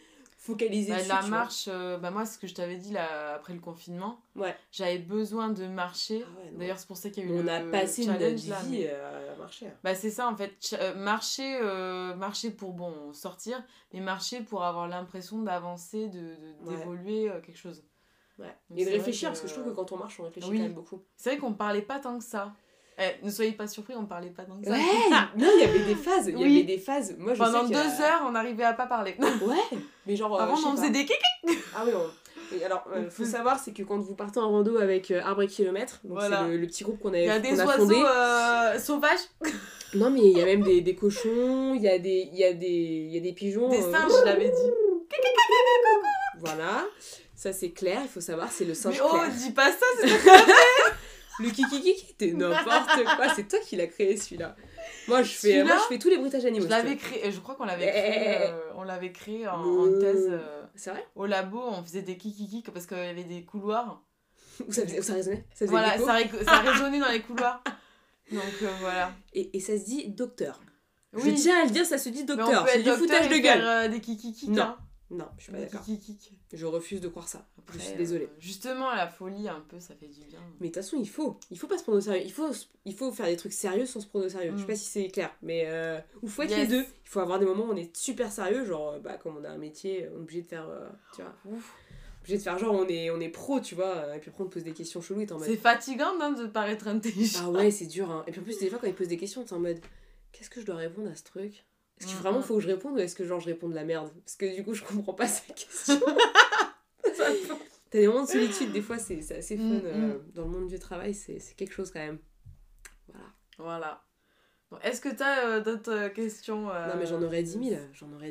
S3: focaliser dessus.
S2: La marche, moi, ce que je t'avais dit là, après le confinement, j'avais besoin de marcher. Ah ouais, d'ailleurs, c'est pour ça qu'il y a eu
S3: on a passé notre vie à marcher.
S2: C'est ça, en fait. Marcher pour, sortir, mais marcher pour avoir l'impression d'avancer, d'évoluer quelque chose.
S3: Ouais. Donc, et de réfléchir, parce que je trouve que quand on marche, on réfléchit quand même beaucoup.
S2: C'est vrai qu'on parlait pas tant que ça. Ne soyez pas surpris, on parlait pas tant que ça.
S3: Ouais, non, il y avait des phases. Il y avait des phases. Moi,
S2: pendant 2 heures, on n'arrivait à pas parler.
S3: Ouais, mais genre.
S2: Avant, on faisait des kikik.
S3: Ah oui, Et alors, faut savoir, c'est que quand vous partez en rando avec Arbre et Kilomètre, donc c'est le petit groupe qu'on a fondé.
S2: Il y a des oiseaux sauvages.
S3: Non, mais il y a même des cochons, il y a des pigeons.
S2: Des singes, je l'avais dit.
S3: Voilà, ça c'est Claire, il faut savoir, c'est le singe
S2: mais
S3: Claire.
S2: Dis pas ça, c'est pas ça.
S3: Le kikiki, t'es n'importe quoi, c'est toi qui l'as créé celui-là. Moi je fais tous les bruitages animaux.
S2: Je l'avais créé, je crois qu'on l'avait créé en thèse.
S3: C'est vrai ?
S2: Au labo, on faisait des kikiki parce qu'il y avait des couloirs.
S3: Où ça résonnait ? Ça
S2: résonnait dans les couloirs. Donc voilà.
S3: Et ça se dit docteur. Oui. Je tiens à le dire, ça se dit docteur.
S2: C'est
S3: du foutage de gueule.
S2: Faire des kikiki.
S3: Non, je suis pas d'accord. Je refuse de croire ça. Après, je suis désolée.
S2: Justement, la folie, un peu, ça fait du bien.
S3: Mais de toute façon, il faut pas se prendre au sérieux. Il faut faire des trucs sérieux sans se prendre au sérieux. Je sais pas si c'est clair, mais ou faut être les deux. Il faut avoir des moments où on est super sérieux, genre comme on a un métier, on est obligé de faire, tu vois. Obligé de faire genre on est pro, tu vois, et puis après on te pose des questions cheloues et t'es en mode.
S2: C'est fatigant de paraître intelligent.
S3: Ah ouais, c'est dur, hein. Et puis en plus, des fois quand ils posent des questions, t'es en mode qu'est-ce que je dois répondre à ce truc ? Est-ce que vraiment faut que je réponde ou est-ce que genre je réponds de la merde ? Parce que du coup je comprends pas sa question. T'as des moments de solitude, des fois c'est assez fun. Dans le monde du travail, c'est quelque chose quand même.
S2: Voilà. Bon, est-ce que t'as d'autres questions
S3: Non mais j'en aurais 10 000.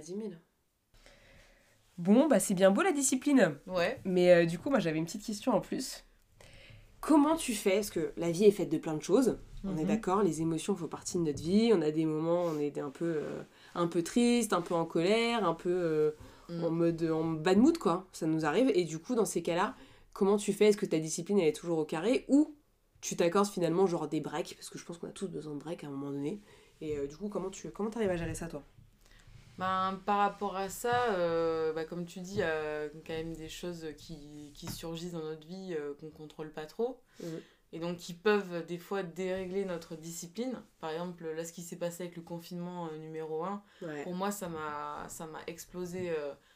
S3: Bon, c'est bien beau la discipline.
S2: Ouais.
S3: Mais du coup, moi j'avais une petite question en plus. Comment tu fais ? Parce que la vie est faite de plein de choses. On est d'accord, les émotions font partie de notre vie. On a des moments où on est un peu triste, un peu en colère, un peu en bad mood, quoi. Ça nous arrive. Et du coup, dans ces cas-là, comment tu fais ? Est-ce que ta discipline, elle est toujours au carré ? Ou tu t'accordes finalement genre des breaks ? Parce que je pense qu'on a tous besoin de breaks à un moment donné. Et du coup, comment t'arrives à gérer ça, toi ?
S2: Par rapport à ça, comme tu dis, il y a quand même des choses qui surgissent dans notre vie qu'on contrôle pas trop. Et donc qui peuvent des fois dérégler notre discipline. Par exemple, là, ce qui s'est passé avec le confinement numéro 1, pour moi, ça m'a explosé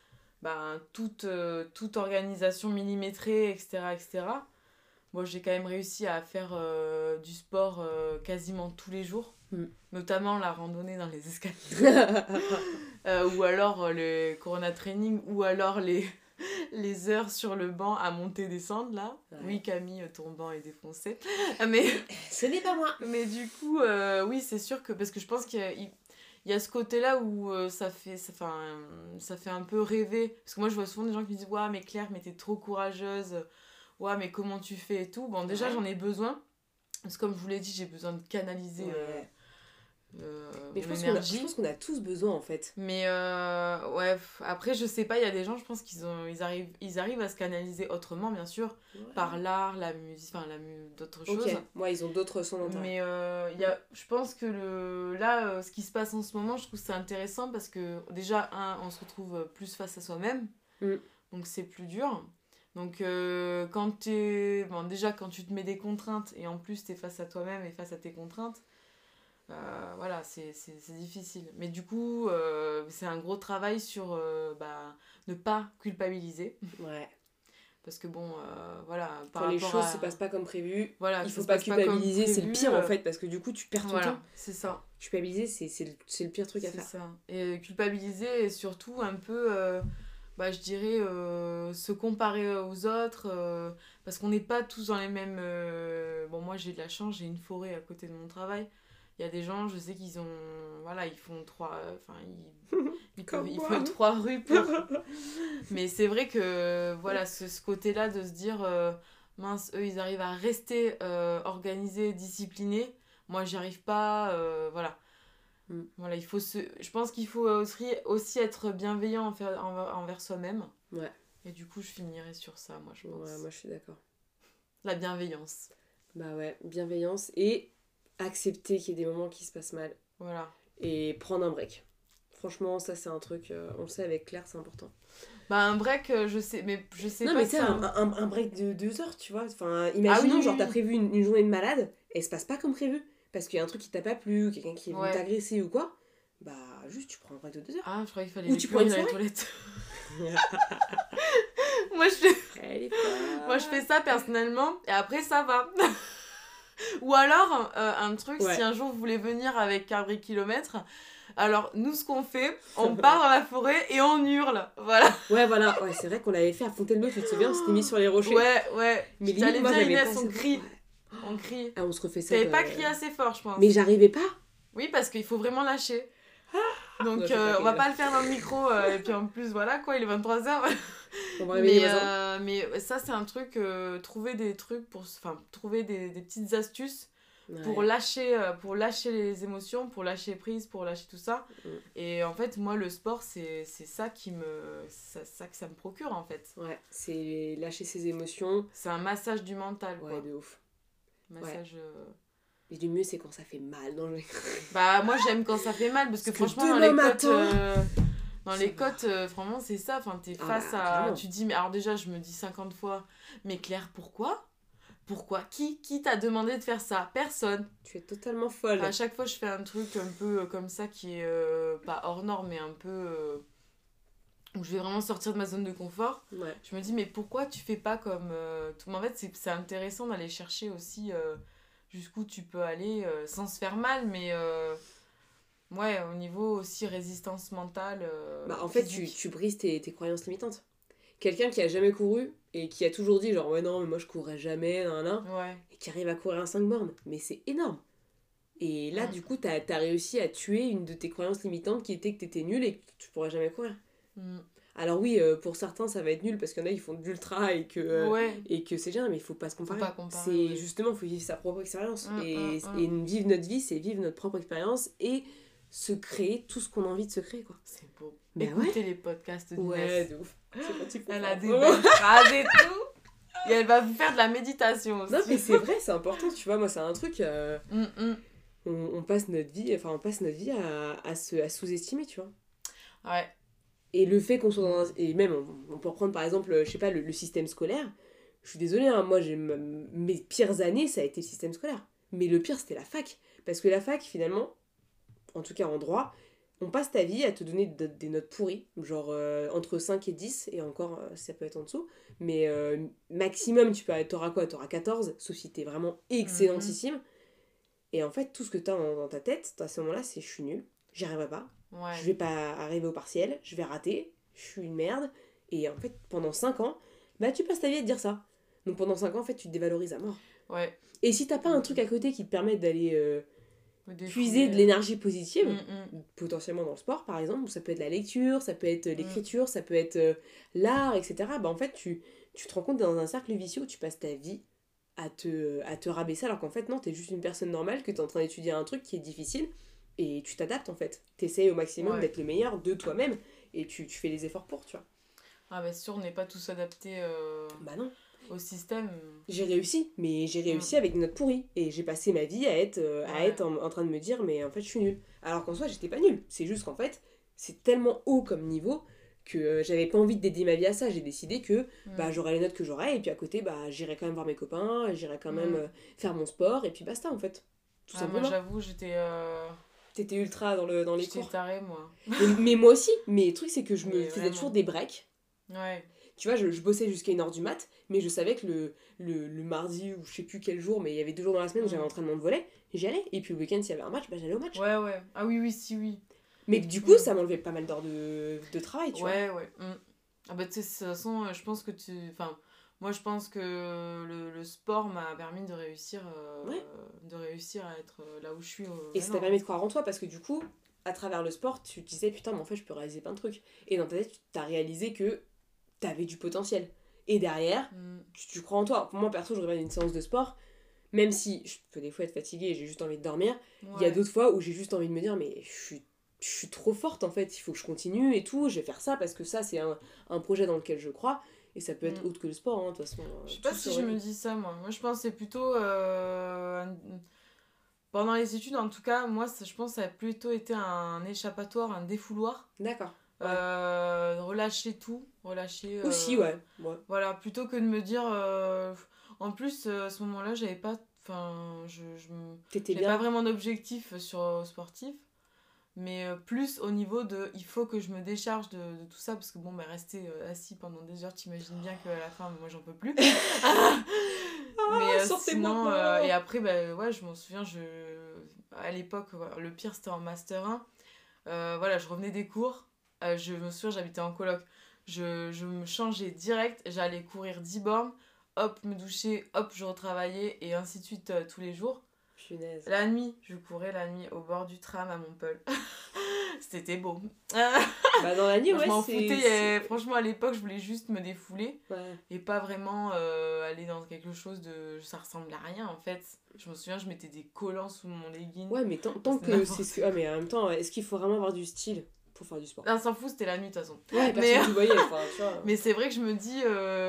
S2: toute organisation millimétrée, etc. Moi, j'ai quand même réussi à faire du sport quasiment tous les jours, notamment la randonnée dans les escaliers, ou alors le Corona Training, ou alors les heures sur le banc à monter-descendre, là. Ouais. Oui, Camille, ton banc est défoncé. Mais
S3: ce n'est pas moi.
S2: Mais du coup, oui, c'est sûr que... Parce que je pense qu'il y a ce côté-là où ça fait un peu rêver. Parce que moi, je vois souvent des gens qui me disent « Ouais, mais Claire, mais t'es trop courageuse. Ouais, mais comment tu fais et tout ?» Bon, déjà, j'en ai besoin. Parce que comme je vous l'ai dit, j'ai besoin de canaliser...
S3: mais je pense qu'on a tous besoin en fait.
S2: Mais après je sais pas, il y a des gens, je pense qu'ils arrivent à se canaliser autrement, bien sûr, par l'art, la musique, d'autres choses.
S3: Moi ils ont d'autres sons d'intérêt.
S2: Mais je pense que ce qui se passe en ce moment, je trouve c'est intéressant parce que déjà on se retrouve plus face à soi-même, donc c'est plus dur. Donc quand tu te mets des contraintes et en plus t'es face à toi-même et face à tes contraintes, c'est difficile. Mais du coup, c'est un gros travail sur ne pas culpabiliser.
S3: Ouais.
S2: Parce que
S3: quand les choses se passent pas comme prévu, il faut pas
S2: pas
S3: culpabiliser,
S2: prévu,
S3: c'est le pire en fait, parce que du coup tu perds ton temps.
S2: C'est ça.
S3: Culpabiliser, c'est le pire truc à faire.
S2: C'est ça. Et culpabiliser, et surtout un peu, je dirais, se comparer aux autres, parce qu'on n'est pas tous dans les mêmes... moi j'ai de la chance, j'ai une forêt à côté de mon travail. Il y a des gens, je sais qu'ils ont... ils font 3... ils font 3 rues pour... Mais c'est vrai que, ce côté-là de se dire... mince, eux, ils arrivent à rester organisés, disciplinés. Moi, j'y arrive pas. Il faut je pense qu'il faut aussi être bienveillant envers soi-même.
S3: Ouais.
S2: Et du coup, je finirai sur ça, moi, je pense.
S3: Ouais, moi, je suis d'accord.
S2: La bienveillance.
S3: Bah ouais, bienveillance et... accepter qu'il y ait des moments qui se passent mal.
S2: Voilà.
S3: Et prendre un break. Franchement, ça c'est un truc, on le sait avec Claire, c'est important.
S2: Bah un break, je sais
S3: non,
S2: pas
S3: mais
S2: si
S3: c'est un break de 2 heures, tu vois. Enfin, imaginons, genre, t'as prévu une journée de malade, et elle se passe pas comme prévu, parce qu'il y a un truc qui t'a pas plu, ou quelqu'un qui est venu t'agresser ou quoi, bah juste tu prends un break de 2 heures.
S2: Ah, je croyais qu'il fallait
S3: ou tu prends une soirée.
S2: Les toilettes. Moi je fais ça personnellement, et après ça va. Ou alors, un truc, si un jour vous voulez venir avec Cabri Kilomètre, alors nous ce qu'on fait, on part dans la forêt et on hurle, voilà.
S3: Ouais, c'est vrai qu'on l'avait fait à Fontainebleau, tu te souviens, on s'était mis sur les rochers.
S2: Ouais.
S3: Mais limite, moi j'avais pas
S2: on crie. On crie.
S3: Ah, on se refait ça.
S2: T'avais pas crié assez fort, je pense.
S3: Mais j'arrivais pas.
S2: Oui, parce qu'il faut vraiment lâcher. Donc on va pas le faire dans le micro, et puis en plus voilà quoi, il est 23h.
S3: On va réveiller les voisins.
S2: Mais ça c'est un truc, trouver des trucs trouver des petites astuces pour lâcher les émotions, pour lâcher prise, pour lâcher tout ça. Et en fait moi le sport c'est ça que ça me procure en fait.
S3: Ouais, c'est lâcher ses émotions.
S2: C'est un massage du mental quoi.
S3: Ouais, de ouf.
S2: Massage
S3: Mais du mieux c'est quand ça fait mal dans le...
S2: Bah moi j'aime quand ça fait mal parce que franchement dans les côtes franchement c'est ça, enfin t'es face à
S3: clairement.
S2: Tu dis mais alors déjà je me dis 50 fois mais Claire pourquoi qui t'a demandé de faire ça? Personne.
S3: Tu es totalement folle.
S2: À chaque fois je fais un truc un peu comme ça qui est pas hors norme mais un peu où je vais vraiment sortir de ma zone de confort. Je me dis mais pourquoi tu fais pas comme tout. Mais en fait c'est intéressant d'aller chercher aussi jusqu'où tu peux aller sans se faire mal, mais ouais, au niveau aussi résistance mentale.
S3: En fait, tu brises tes croyances limitantes. Quelqu'un qui a jamais couru et qui a toujours dit genre ouais non mais moi je courrais jamais, et qui arrive à courir un 5 bornes, mais c'est énorme. Et là du coup t'as réussi à tuer une de tes croyances limitantes qui était que t'étais nulle et que tu pourrais jamais courir. Alors oui, pour certains ça va être nul parce qu'il y en a ils font de l'ultra et que c'est bien, mais il faut pas se comparer. C'est justement, il faut vivre sa propre expérience. Et vivre notre vie, c'est vivre notre propre expérience et se créer tout ce qu'on a envie de se créer, quoi.
S2: C'est beau. Écoutez les podcasts d'Inès.
S3: Ouais, de ouf.
S2: Elle a des belles phrases et tout. Et elle va vous faire de la méditation aussi.
S3: Non mais c'est vrai, c'est important, tu vois, moi c'est un truc... on passe notre vie à sous-estimer, tu vois.
S2: Ouais.
S3: Et le fait qu'on soit dans et même on peut reprendre par exemple je sais pas le système scolaire. Je suis désolée hein, moi mes pires années ça a été le système scolaire, mais le pire c'était la fac, parce que la fac finalement, en tout cas en droit, on passe ta vie à te donner des notes pourries, genre entre 5 et 10, et encore ça peut être en dessous, mais maximum t'auras quoi, t'auras 14, sauf si t'es vraiment excellentissime. Et en fait tout ce que t'as dans ta tête à ce moment là c'est je suis nulle, j'y arriverai pas. Je vais pas arriver au partiel, je vais rater, je suis une merde. Et en fait, pendant 5 ans, tu passes ta vie à te dire ça. Donc pendant 5 ans, en fait, tu te dévalorises à mort.
S2: Ouais.
S3: Et si t'as pas un truc à côté qui te permet d'aller puiser de l'énergie positive, potentiellement dans le sport par exemple, ça peut être la lecture, ça peut être l'écriture, ça peut être l'art, etc. En fait, tu te rends compte dans un cercle vicieux où tu passes ta vie à te rabaisser, alors qu'en fait, non, t'es juste une personne normale, que t'es en train d'étudier un truc qui est difficile. Et tu t'adaptes en fait. T'essayes au maximum d'être le meilleur de toi-même. Et tu fais les efforts pour, tu vois.
S2: Ah bah sûr, on n'est pas tous adaptés
S3: non.
S2: Au système.
S3: J'ai réussi, mais j'ai réussi avec des notes pourries. Et j'ai passé ma vie à être en train de me dire, mais en fait je suis nulle. Alors qu'en soi, j'étais pas nulle. C'est juste qu'en fait, c'est tellement haut comme niveau que j'avais pas envie de dédier ma vie à ça. J'ai décidé que j'aurais les notes que j'aurais. Et puis à côté, j'irais quand même voir mes copains. J'irais quand même faire mon sport. Et puis basta en fait. Tout simplement.
S2: Moi j'avoue, j'étais...
S3: T'étais ultra dans les cours.
S2: J'étais tarée, moi.
S3: mais moi aussi. Mais le truc, c'est que je me faisais toujours des breaks.
S2: Ouais.
S3: Tu vois, je bossais jusqu'à 1h du mat, mais je savais que le mardi, ou je sais plus quel jour, mais il y avait 2 jours dans la semaine où j'avais entraînement de volley, j'y allais. Et puis le week-end, s'il y avait un match, j'allais au match.
S2: Ouais. Ah oui, oui.
S3: Mais du coup, ça m'enlevait pas mal d'heures de travail, tu vois.
S2: Ouais. Ah bah, tu sais, de toute façon, je pense que moi, je pense que le sport m'a permis de réussir à être là où je suis.
S3: Et ça t'a permis de croire en toi, parce que du coup, à travers le sport, tu te disais, putain, mais en fait, je peux réaliser plein de trucs. Et dans ta tête, tu as réalisé que t'avais du potentiel. Et derrière, tu crois en toi. Pour moi, perso, je regarde une séance de sport, même si je peux des fois être fatiguée et j'ai juste envie de dormir, il y a d'autres fois où j'ai juste envie de me dire, mais je suis trop forte, en fait, il faut que je continue et tout, je vais faire ça, parce que ça, c'est un projet dans lequel je crois. Et ça peut être autre que le sport, de toute façon.
S2: Je sais pas si je me dis ça, moi. Moi, je pense que c'est plutôt Pendant les études, en tout cas, moi, je pense que ça a plutôt été un échappatoire, un défouloir.
S3: D'accord. Ouais.
S2: Relâcher tout, relâcher...
S3: Aussi, ouais.
S2: Voilà, plutôt que de me dire... En plus, à ce moment-là, j'avais pas... Enfin, j'avais
S3: bien.
S2: pas vraiment d'objectif sportif. Mais plus au niveau de... Il faut que je me décharge de tout ça. Parce que bon, rester assis pendant des heures, t'imagines bien qu'à la fin, moi, j'en peux plus. Mais sinon... et après, ouais, je m'en souviens, à l'époque, le pire, c'était en Master 1. Voilà, je revenais des cours. Je me souviens, j'habitais en coloc. Je me changeais direct. J'allais courir 10 bornes. Hop, me doucher. Hop, je retravaillais. Et ainsi de suite tous les jours.
S3: Punaise.
S2: La nuit, je courais la nuit au bord du tram à Montpellier. C'était beau.
S3: Dans la nuit, ouais,
S2: je m'en foutais. Franchement, à l'époque, je voulais juste me défouler.
S3: Ouais.
S2: Et pas vraiment aller dans quelque chose de... Ça ressemble à rien, en fait. Je me souviens, je mettais des collants sous mon legging.
S3: Ouais, mais tant que c'est... Ah, mais en même temps, est-ce qu'il faut vraiment avoir du style pour faire du sport?
S2: On s'en fout, c'était la nuit, de toute façon.
S3: Ouais, parce que tu voyais, tu vois.
S2: Mais c'est vrai que je me dis,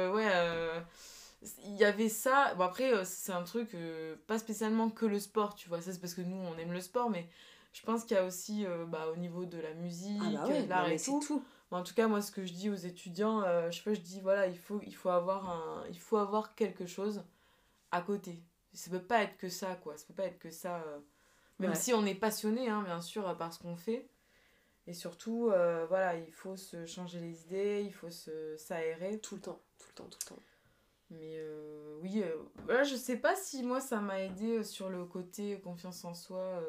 S2: il y avait ça. Bon, après, c'est un truc, pas spécialement que le sport, tu vois. Ça, c'est parce que nous, on aime le sport, mais je pense qu'il y a aussi, au niveau de la musique, de l'art et tout. Bon, en tout cas, moi, ce que je dis aux étudiants, je dis, voilà, il faut avoir quelque chose à côté. Ça peut pas être que ça, quoi. Ça peut pas être que ça. Même si on est passionné, hein, bien sûr, par ce qu'on fait. Et surtout, voilà, il faut se changer les idées, il faut s'aérer.
S3: Tout le temps.
S2: Mais oui, voilà, je sais pas si moi ça m'a aidé sur le côté confiance en soi.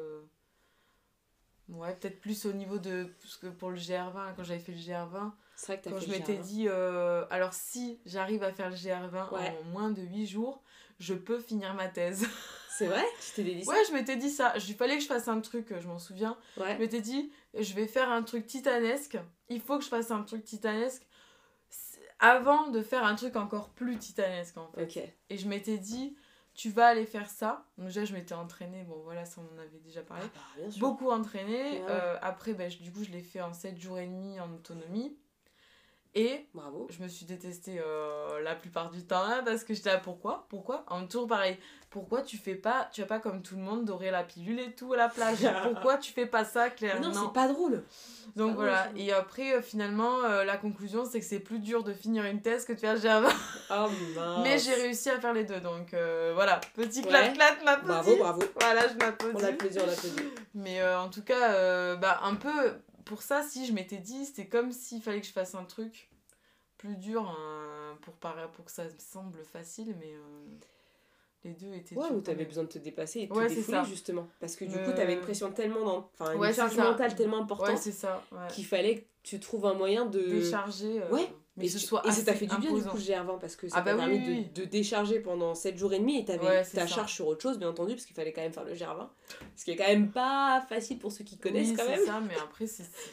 S2: Ouais, peut-être plus au niveau de... Parce que pour le GR20, quand j'avais fait le GR20,
S3: c'est vrai que
S2: quand je m'étais dit, alors si j'arrive à faire le GR20 en moins de 8 jours, je peux finir ma thèse.
S3: C'est vrai? Tu t'es dit ça?
S2: Ouais, je m'étais dit ça. Il fallait que je fasse un truc, je m'en souviens.
S3: Ouais.
S2: Je m'étais dit, je vais faire un truc titanesque. Il faut que je fasse un truc titanesque avant de faire un truc encore plus titanesque, en fait.
S3: Okay.
S2: Et je m'étais dit, tu vas aller faire ça. Donc déjà, je m'étais entraînée. Bon, voilà, ça, on en avait déjà parlé.
S3: Bien sûr.
S2: Beaucoup entraînée.
S3: Ouais.
S2: Après, du coup, je l'ai fait en 7 jours et demi en autonomie. Et
S3: bravo.
S2: Je me suis détestée la plupart du temps, hein, parce que j'étais là, pourquoi en toujours pareil, pourquoi tu vas pas comme tout le monde dorer la pilule et tout à la plage, pourquoi tu fais pas ça, Claire?
S3: Mais non, c'est pas drôle.
S2: Donc voilà, drôle. Et après finalement la conclusion c'est que c'est plus dur de finir une thèse que de faire le GR20.
S3: Oh mince.
S2: Mais j'ai réussi à faire les deux, donc voilà, petit clap m'applaudis.
S3: Bravo.
S2: Voilà, je m'applaudis.
S3: On applaudit.
S2: Mais en tout cas un peu pour ça, si je m'étais dit, c'était comme s'il fallait que je fasse un truc plus dur pour que ça me semble facile, mais les deux étaient
S3: durs. Ouais, où t'avais besoin de te dépasser et de te défouler, justement. Parce que du coup, t'avais une pression tellement une charge mentale tellement importante qu'il fallait que tu trouves un moyen de...
S2: décharger. Mais
S3: et ça t'a fait du bien, du coup, le GR20, parce que ça t'a permis de décharger pendant 7 jours et demi et t'avais ta charge sur autre chose, bien entendu, parce qu'il fallait quand même faire le GR20. Ce qui est quand même pas facile pour ceux qui connaissent, quand même.
S2: C'est ça, mais après,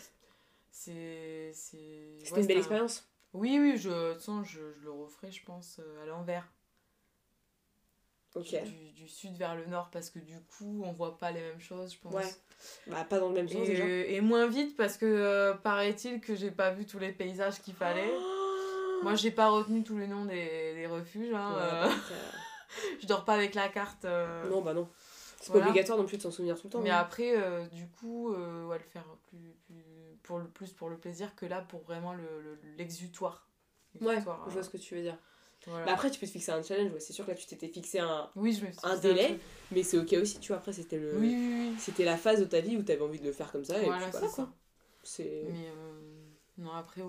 S2: c'était
S3: une belle expérience.
S2: Oui, je le referai, je pense, à l'envers.
S3: Ok.
S2: Du sud vers le nord, parce que du coup, on voit pas les mêmes choses, je pense.
S3: Ouais. Pas dans le même sens, déjà.
S2: Et moins vite, parce que paraît-il que j'ai pas vu tous les paysages qu'il fallait. Moi, j'ai pas retenu tous les noms des refuges. Hein, je dors pas avec la carte.
S3: Non, non. C'est pas obligatoire non plus de s'en souvenir tout le temps.
S2: Mais après, du coup, le faire plus pour le plaisir que là pour vraiment l'exutoire.
S3: Ouais, je vois ce que tu veux dire. Voilà. Après, tu peux te fixer un challenge. C'est sûr que là, tu t'étais fixé un délai, mais c'est ok aussi, tu vois. Après, c'était c'était la phase de ta vie où t'avais envie de le faire comme ça.
S2: Voilà,
S3: et puis, voilà,
S2: c'est ça. Mais non, après,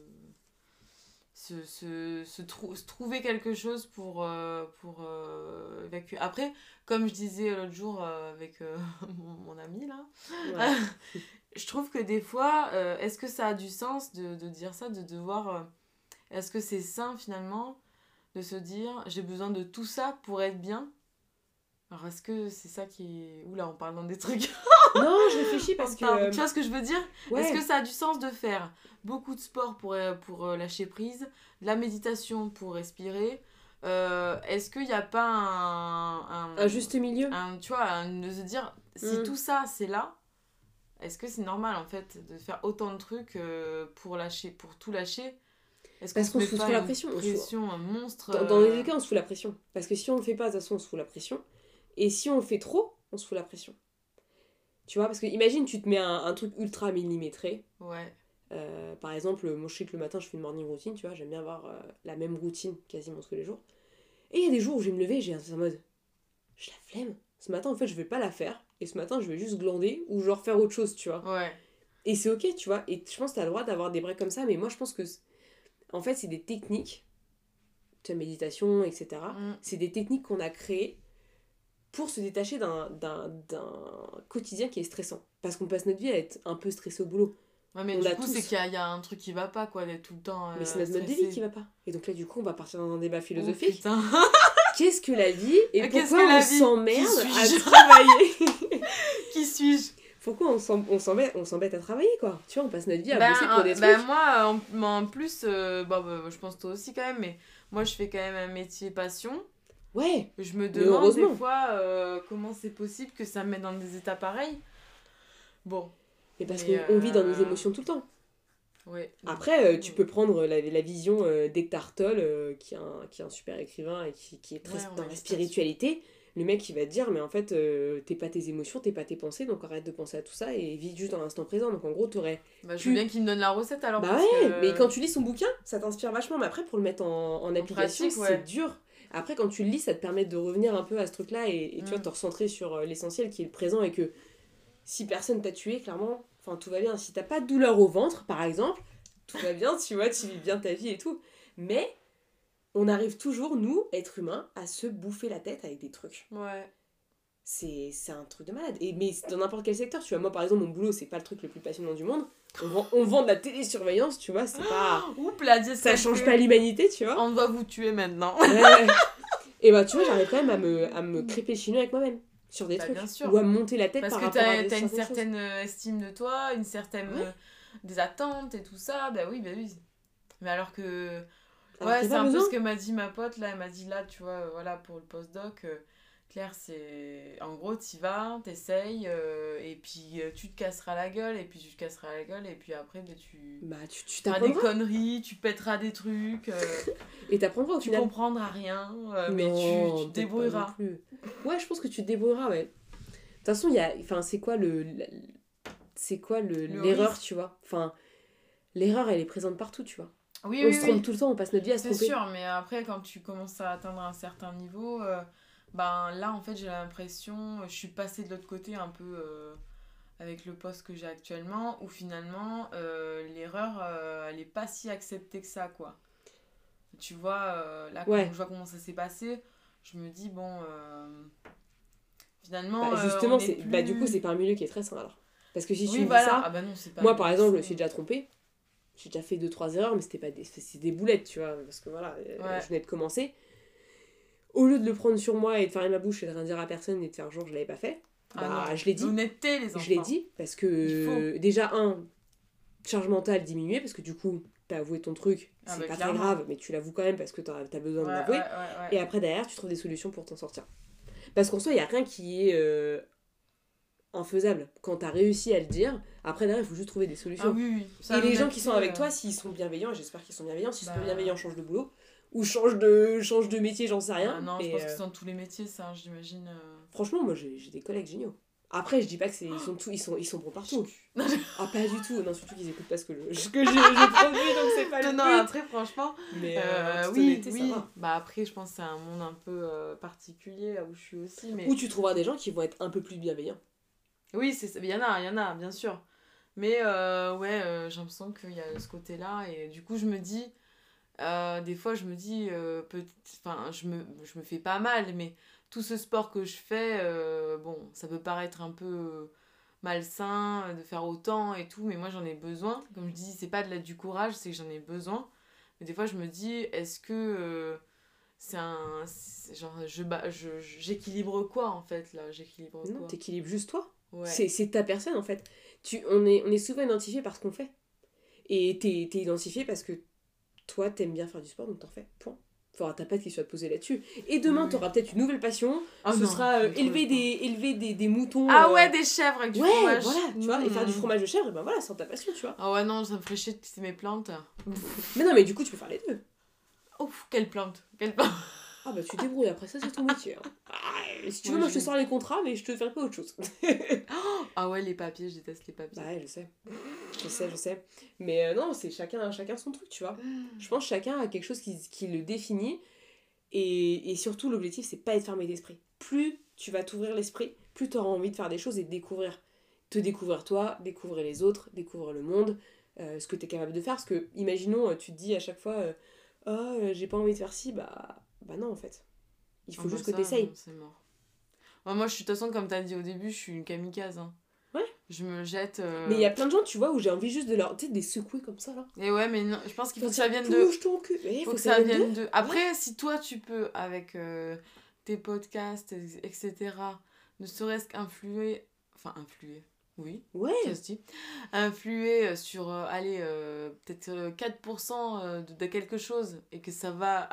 S2: se trouver quelque chose pour évacuer. Après, comme je disais l'autre jour avec mon ami là, je trouve que des fois, est-ce que ça a du sens de dire ça, de devoir... est-ce que c'est sain finalement de se dire j'ai besoin de tout ça pour être bien? Alors est-ce que c'est ça qui est... Oula, on parle dans des trucs...
S3: Non, je réfléchis parce que...
S2: Tu vois ce que je veux dire? Est-ce que ça a du sens de faire beaucoup de sport pour lâcher prise, de la méditation pour respirer? Est-ce qu'il n'y a pas un
S3: juste milieu?
S2: Tu vois, de se dire, si tout ça c'est là, est-ce que c'est normal en fait de faire autant de trucs pour tout lâcher? Est-ce
S3: parce qu'on se fout trop la pression.
S2: Un monstre.
S3: Dans les deux cas, on se fout la pression. Parce que si on le fait pas, de toute façon, on se fout la pression. Et si on le fait trop, on se fout la pression. Tu vois, parce que imagine, tu te mets un truc ultra millimétré.
S2: Ouais.
S3: Par exemple, moi je sais que le matin je fais une morning routine, tu vois, j'aime bien avoir la même routine quasiment tous les jours. Et il y a des jours où je vais me lever et j'ai un mode, j'ai la flemme. Ce matin en fait je vais pas la faire, et ce matin je vais juste glander ou genre faire autre chose, tu vois.
S2: Ouais.
S3: Et c'est ok, tu vois, et je pense que t'as le droit d'avoir des breaks comme ça, mais moi je pense que en fait c'est des techniques, tu vois, méditation, etc. C'est des techniques qu'on a créées pour se détacher d'un quotidien qui est stressant. Parce qu'on passe notre vie à être un peu stressé au boulot.
S2: Ouais, mais du coup, c'est qu'il y a un truc qui va pas, quoi, d'être tout le temps
S3: mais c'est notre mode de vie qui va pas. Et donc là, du coup, on va partir dans un débat philosophique.
S2: Oh, putain.
S3: Qu'est-ce que la vie et pourquoi on s'emmerde
S2: à
S3: travailler?
S2: Qui suis-je?
S3: Pourquoi on s'embête à travailler, quoi? Tu vois, on passe notre vie à bosser pour des trucs.
S2: Moi, en plus, je pense toi aussi quand même, mais moi, je fais quand même un métier passion.
S3: Ouais.
S2: Je me demande des fois comment c'est possible que ça me mette dans des états pareils. Bon.
S3: Mais parce qu'on vit dans nos émotions tout le temps.
S2: Ouais.
S3: Après, tu peux prendre la vision d'Eckhart Tolle, qui est un super écrivain et qui est très dans la spiritualité. Le mec, il va te dire, mais en fait, t'es pas tes émotions, t'es pas tes pensées, donc arrête de penser à tout ça et vis juste dans l'instant présent. Donc en gros, t'aurais...
S2: je veux bien qu'il me donne la recette alors.
S3: Bah ouais, mais quand tu lis son bouquin, ça t'inspire vachement. Mais après, pour le mettre en application, pratique, c'est dur. Après, quand tu le lis, ça te permet de revenir un peu à ce truc-là et tu vois, te recentrer sur l'essentiel qui est le présent, et que si personne t'a tué, clairement, enfin, tout va bien. Si t'as pas de douleur au ventre, par exemple, tout va bien, tu vois, tu vis bien ta vie et tout. Mais on arrive toujours, nous, êtres humains, à se bouffer la tête avec des trucs.
S2: Ouais.
S3: C'est un truc de malade. Mais dans n'importe quel secteur, tu vois, moi, par exemple, mon boulot, c'est pas le truc le plus passionnant du monde. On vend de la télésurveillance, tu vois, c'est pas... ça change pas l'humanité, tu vois.
S2: On doit vous tuer maintenant.
S3: Ouais. Et bah, tu vois, j'arrive quand même à me crêper le chignon avec moi-même. Sur des trucs.
S2: Bien sûr.
S3: Ou à me monter la tête
S2: parce
S3: par
S2: que
S3: rapport à des
S2: t'as une certaine estime de toi, une certaine... des attentes et tout ça. Bah oui. Mais alors que... c'est un peu ce que m'a dit ma pote, là. Elle m'a dit, là, tu vois, voilà, pour le postdoc... Claire, c'est... En gros, t'y vas, t'essayes, et puis tu te casseras la gueule, et puis tu te casseras la gueule, et puis après, tu feras des conneries, tu pèteras des trucs.
S3: Et t'apprendras au final.
S2: Tu comprendras rien, mais tu te débrouilleras.
S3: Ouais, je pense que tu te débrouilleras, ouais. De toute façon, il y a... Enfin, c'est quoi l'erreur, risque. Tu vois. Enfin, l'erreur, elle est présente partout, tu vois. On se trompe tout le temps, on passe notre vie à se tromper.
S2: C'est sûr, mais après, quand tu commences à atteindre un certain niveau... là, en fait, j'ai l'impression... Je suis passée de l'autre côté un peu avec le poste que j'ai actuellement, où finalement, l'erreur, elle est pas si acceptée que ça, quoi. Tu vois, là, quand je vois comment ça s'est passé, je me dis, bon... finalement,
S3: justement, du coup, c'est pas un milieu qui est très sain, alors. Parce que si tu me dis ça...
S2: non, c'est pas
S3: moi, par exemple, je me suis déjà trompée. J'ai déjà fait 2-3 erreurs, mais c'est des boulettes, tu vois. Parce que voilà, je venais de commencer. Au lieu de le prendre sur moi et de fermer ma bouche et de rien dire à personne et de faire genre je l'avais pas fait, je l'ai dit.
S2: L'honnêteté, les enfants.
S3: Je l'ai dit parce que déjà, charge mentale diminuée, parce que du coup, t'as avoué ton truc, c'est pas très grave, mais tu l'avoues quand même parce que t'as besoin de l'avouer. Et après, derrière, tu trouves des solutions pour t'en sortir. Parce qu'en soi, il n'y a rien qui est infaisable. Quand t'as réussi à le dire, après, derrière, il faut juste trouver des solutions. Et les gens qui sont avec toi, s'ils sont bienveillants, et j'espère qu'ils sont bienveillants, s'ils sont bienveillants, change de boulot. Ou change de métier, j'en sais rien.
S2: Non, je pense que c'est dans tous les métiers, ça, j'imagine.
S3: Franchement, moi, j'ai des collègues géniaux. Après, je dis pas que ils sont bons partout. Pas du tout. Non, surtout qu'ils écoutent pas ce que je produis, donc c'est pas le but.
S2: Non, après, franchement...
S3: Mais
S2: oui. Ça va. Après, je pense que c'est un monde un peu particulier, là où je suis aussi. Mais...
S3: Où tu trouveras des gens qui vont être un peu plus bienveillants.
S2: Oui, il y en a, bien sûr. Mais j'ai l'impression qu'il y a ce côté-là. Et du coup, je me dis... des fois je me dis je me fais pas mal, mais tout ce sport que je fais ça peut paraître un peu malsain de faire autant et tout, mais moi j'en ai besoin. Comme je dis, c'est pas du courage, c'est que j'en ai besoin. Mais des fois je me dis, est-ce que j'équilibre quoi en fait là?
S3: Non, t'équilibres juste toi.
S2: Ouais.
S3: C'est ta personne en fait. On est souvent identifié par ce qu'on fait, et t'es identifié parce que toi, t'aimes bien faire du sport, donc t'en fais. Point. Faudra ta patte qui soit posée là-dessus. Et demain, t'auras peut-être une nouvelle passion. Ce sera élever des moutons.
S2: Des chèvres avec du fromage.
S3: Voilà, tu vois. Et faire du fromage de chèvre, et ben voilà, c'est ta passion, tu vois.
S2: Ah ouais, non, ça me ferait chier de pisser mes plantes.
S3: Mais non, mais du coup, tu peux faire les deux.
S2: Ouf, quelle plante.
S3: Ah bah tu te débrouilles, après ça c'est ton métier. Hein. Si tu veux, moi je te sors les contrats, mais je te fais pas autre chose.
S2: Ah ouais, les papiers, je déteste les papiers.
S3: Bah ouais, je sais. Mais non, c'est chacun son truc, tu vois. Je pense que chacun a quelque chose qui le définit. Et surtout, l'objectif, c'est pas être fermé d'esprit. Plus tu vas t'ouvrir l'esprit, plus tu auras envie de faire des choses et de découvrir. Te découvrir toi, découvrir les autres, découvrir le monde, ce que tu es capable de faire. Parce que, imaginons, tu te dis à chaque fois, j'ai pas envie de faire ci, bah non, en fait. Il faut juste que t'essayes.
S2: C'est mort. Moi, je suis, de toute façon, comme t'as dit au début, je suis une kamikaze. Hein.
S3: Ouais.
S2: Je me jette.
S3: Mais il y a plein de gens, tu vois, où j'ai envie juste de leur. Tu sais, des secouer comme ça, là.
S2: Et ouais, mais non, je pense qu'il faut que ça vienne
S3: de. Faut
S2: que ça vienne de. Après, si toi, tu peux, avec tes podcasts, etc., ne serait-ce qu'influer. Enfin, influer. Oui.
S3: Ouais.
S2: Influer sur, peut-être 4% de quelque chose et que ça va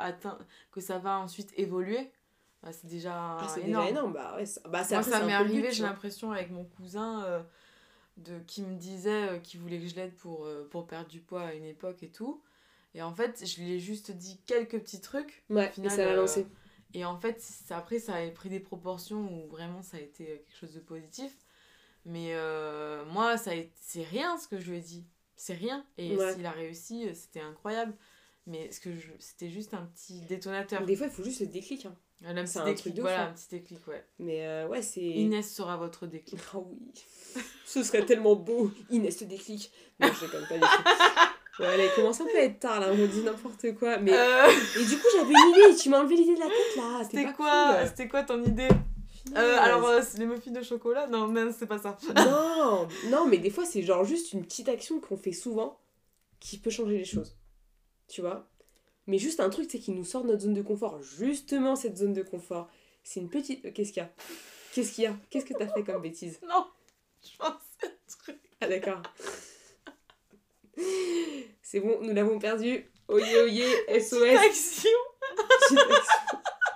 S2: ensuite évoluer. Bah, c'est déjà énorme.
S3: Déjà énorme. Bah ouais,
S2: moi, ça m'est arrivé, j'ai l'impression, avec mon cousin qui me disait qu'il voulait que je l'aide pour perdre du poids à une époque et tout. Et en fait, je lui ai juste dit quelques petits trucs.
S3: Ouais, final, et ça l'a lancé.
S2: Et en fait, après, ça a pris des proportions où vraiment ça a été quelque chose de positif. Mais moi, c'est rien ce que je lui ai dit. C'est rien. Et s'il a réussi, c'était incroyable. Mais c'était juste un petit détonateur.
S3: Des fois, il faut juste le déclic. Hein.
S2: Un petit déclic, voilà, un petit déclic, ouais.
S3: Mais ouais, c'est...
S2: Inès sera votre déclic.
S3: Oh oui. Ce serait tellement beau. Inès, le déclic. Non, je déconne pas du tout. Ouais, allez, commence un peu à être tard, là. On me dit n'importe quoi. Mais... Et du coup, j'avais une idée. Tu m'as enlevé l'idée de la tête, là.
S2: C'était quoi ton idée? C'est les muffins de chocolat? Non, c'est pas ça.
S3: Non, mais des fois, c'est genre juste une petite action qu'on fait souvent qui peut changer les choses. Tu vois? Mais juste un truc, c'est qui nous sort de notre zone de confort. Justement, cette zone de confort. C'est une petite... Qu'est-ce qu'il y a? Qu'est-ce que t'as fait comme bêtise?
S2: Non, je pense à un truc.
S3: Ah, d'accord. C'est bon, nous l'avons perdu. Oyez, SOS.
S2: Petite action.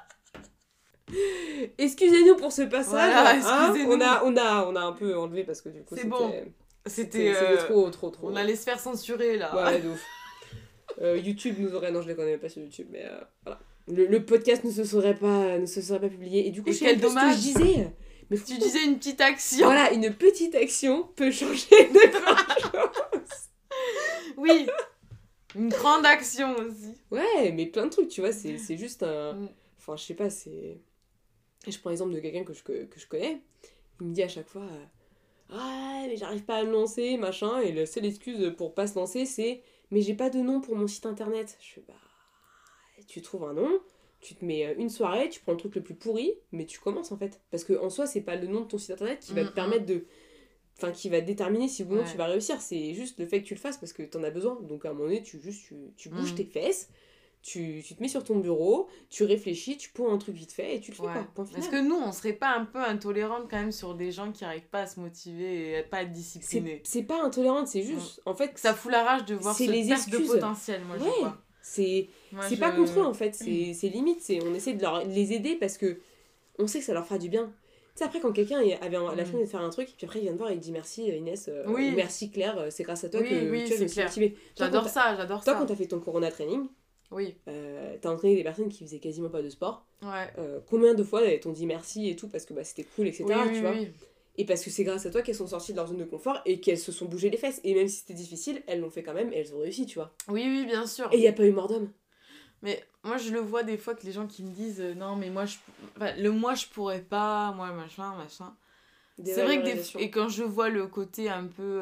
S3: Excusez-nous pour ce passage.
S2: Voilà, excusez-nous.
S3: On a un peu enlevé parce que du coup,
S2: c'était
S3: trop.
S2: On allait se faire censurer, là.
S3: Ouais, de ouf. YouTube nous aurait... Non, je les connais pas sur YouTube, mais voilà. Le podcast ne se serait pas publié. Et du coup,
S2: quel dommage.
S3: Ce que je disais.
S2: Mais tu disais une petite action.
S3: Voilà, une petite action peut changer de grand-chose.
S2: Oui. Une grande action aussi.
S3: Ouais, mais plein de trucs, tu vois. C'est juste un... Enfin, je sais pas, c'est... Je prends l'exemple de quelqu'un que je connais. Il me dit à chaque fois... Ouais, mais j'arrive pas à me lancer, machin. Et la seule excuse pour pas se lancer, c'est... Mais j'ai pas de nom pour mon site internet. Je fais, tu trouves un nom, tu te mets une soirée, tu prends le truc le plus pourri, mais tu commences en fait. Parce que en soi, c'est pas le nom de ton site internet qui va te permettre de... Enfin, qui va déterminer si ou non tu vas réussir. C'est juste le fait que tu le fasses parce que t'en as besoin. Donc à un moment donné, tu bouges tes fesses, tu te mets sur ton bureau, tu réfléchis, tu poses un truc vite fait et tu le fais quoi. Point final.
S2: Est-ce que nous, on serait pas un peu intolérante quand même sur des gens qui arrivent pas à se motiver et pas à être disciplinés?
S3: C'est pas intolérante, c'est juste... En fait,
S2: ça fout la rage de voir ce perte de potentiel, moi je crois.
S3: C'est pas contre eux en fait, c'est limite, on essaie de les aider parce que on sait que ça leur fera du bien. Tu sais, après quand quelqu'un avait la flemme de faire un truc, puis après il vient te voir et il dit merci Inès, merci Claire, c'est grâce à toi que tu vois, je me suis motivée.
S2: J'adore ça.
S3: Toi quand t'as fait ton Corona Training, t'as entraîné des personnes qui faisaient quasiment pas de sport. Combien de fois t'ont dit merci et tout parce que c'était cool, etc. tu vois. Et parce que c'est grâce à toi qu'elles sont sorties de leur zone de confort et qu'elles se sont bougées les fesses. Et même si c'était difficile, elles l'ont fait quand même et elles ont réussi, tu vois.
S2: Oui, bien sûr.
S3: Et il n'y a pas eu mort d'homme.
S2: Mais moi, je le vois des fois que les gens qui me disent non, mais moi, je pourrais pas, moi, machin. C'est vrai que et quand je vois le côté un peu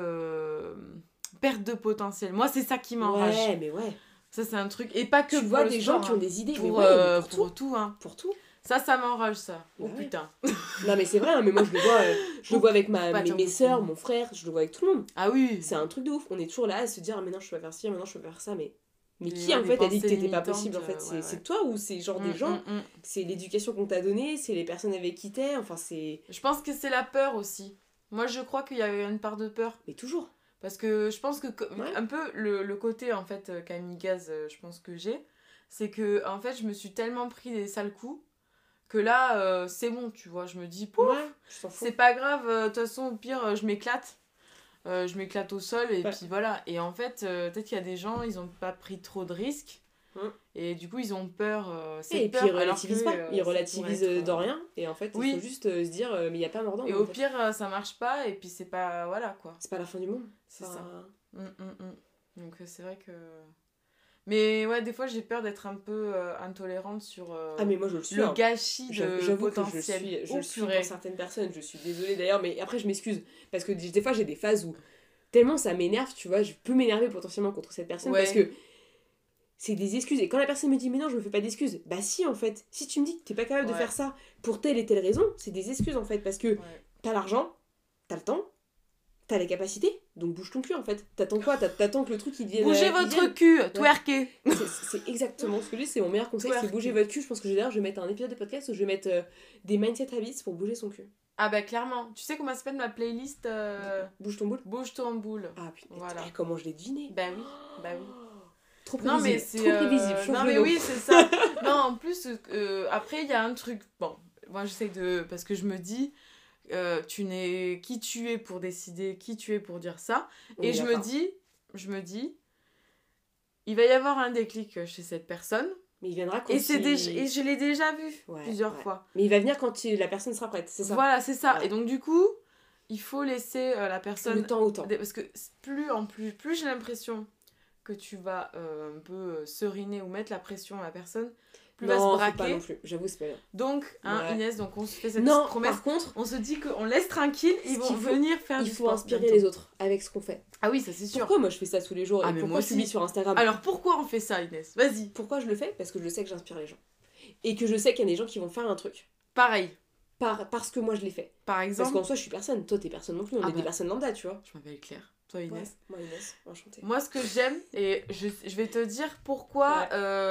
S2: perte de potentiel, moi, c'est ça qui m'enrage.
S3: Ouais, mais ouais.
S2: Ça, c'est un truc. Et pas que
S3: tu vois des gens qui ont des idées
S2: pour tout. Hein.
S3: Pour tout.
S2: Ça m'enrage, ça. Oh putain.
S3: Non, mais c'est vrai, hein, mais moi, je le vois avec mes sœurs, mon frère, je le vois avec tout le monde.
S2: Ah oui.
S3: C'est un truc de ouf. On est toujours là à se dire, ah, maintenant, je peux faire ci, maintenant, je peux faire ça, mais qui, en fait, a dit que t'étais pas possible, en fait? C'est toi ou c'est genre des gens? C'est l'éducation qu'on t'a donnée, c'est les personnes avec qui t'es, enfin, c'est...
S2: Je pense que c'est la peur aussi. Moi, je crois qu'il y a une part de peur.
S3: Mais toujours.
S2: Parce que je pense que un peu le côté, en fait, kamikaze, je pense que j'ai, c'est que, en fait, je me suis tellement pris des sales coups que là, c'est bon, tu vois. Je me dis, pouf, c'est pas grave, de toute façon, au pire, je m'éclate. Je m'éclate au sol et puis voilà. Et en fait, peut-être qu'il y a des gens, ils ont pas pris trop de risques. Et du coup, ils ont peur.
S3: Et puis ils relativisent pas. Ils relativisent dans rien. Et en fait, il faut juste se dire, mais il n'y a pas mordant.
S2: Et au pire, ça marche pas. Et puis c'est pas. Voilà quoi.
S3: C'est pas la fin du monde.
S2: C'est ça. Donc c'est vrai que. Mais ouais, des fois j'ai peur d'être un peu intolérante sur
S3: mais moi, je le, suis,
S2: le gâchis de potentiel.
S3: Je le suis pour certaines personnes, je suis désolée d'ailleurs, mais après je m'excuse. Parce que des fois j'ai des phases où tellement ça m'énerve, tu vois, je peux m'énerver potentiellement contre cette personne parce que c'est des excuses. Et quand la personne me dit mais non, je me fais pas d'excuses, bah si en fait, si tu me dis que t'es pas capable de faire ça pour telle et telle raison, c'est des excuses en fait. Parce que t'as l'argent, t'as le temps, t'as les capacités, donc bouge ton cul en fait. T'attends quoi? T'attends que le truc il vienne.
S2: Bougez votre cul, twerker.
S3: C'est exactement ce que je dis, c'est mon meilleur conseil, c'est bouger votre cul. Je pense que d'ailleurs je vais mettre un épisode de podcast où je vais mettre des mindset habits pour bouger son cul.
S2: Ah bah clairement. Tu sais comment s'appelle ma playlist
S3: Bouge ton boule.
S2: Bouge ton boule.
S3: Ah putain, voilà. Comment je l'ai deviné.
S2: Bah oui.
S3: Trop prévisible.
S2: Non mais c'est
S3: trop prévisible.
S2: Non mais oui, c'est ça. Non, en plus après il y a un truc. Bon, moi j'essaie de parce que je me dis tu n'es qui tu es pour décider, qui tu es pour dire ça. Et je me dis il va y avoir un déclic chez cette personne.
S3: Mais il viendra quand
S2: et je l'ai déjà vu plusieurs fois.
S3: Mais il va venir quand la personne sera prête, c'est ça.
S2: Voilà, c'est ça. Ouais. Et donc du coup, il faut laisser la personne
S3: le temps au temps.
S2: Parce que plus j'ai l'impression que tu vas un peu seriner ou mettre la pression à la personne, plus va se braquer.
S3: Pas non plus. J'avoue, c'est pas bien.
S2: Donc, Inès, donc on se fait cette petite promesse.
S3: Par contre,
S2: on se dit qu'on laisse tranquille, ils vont venir faire du sport.
S3: Il faut inspirer les autres avec ce qu'on fait.
S2: Ah oui, ça c'est sûr.
S3: Pourquoi moi je fais ça tous les jours et pourquoi je publie sur Instagram?
S2: Alors pourquoi on fait ça, Inès? Vas-y.
S3: Pourquoi je le fais? Parce que je sais que j'inspire les gens. Et que je sais qu'il y a des gens qui vont faire un truc.
S2: Pareil.
S3: Parce que moi je l'ai fait.
S2: Par exemple.
S3: Parce qu'en soi je suis personne, toi t'es personne non plus, on est des personnes lambda, tu vois.
S2: Je m'appelle Claire. Toi Inès.
S3: Ouais, moi Inès, enchantée.
S2: Moi ce que j'aime, et je vais te dire pourquoi,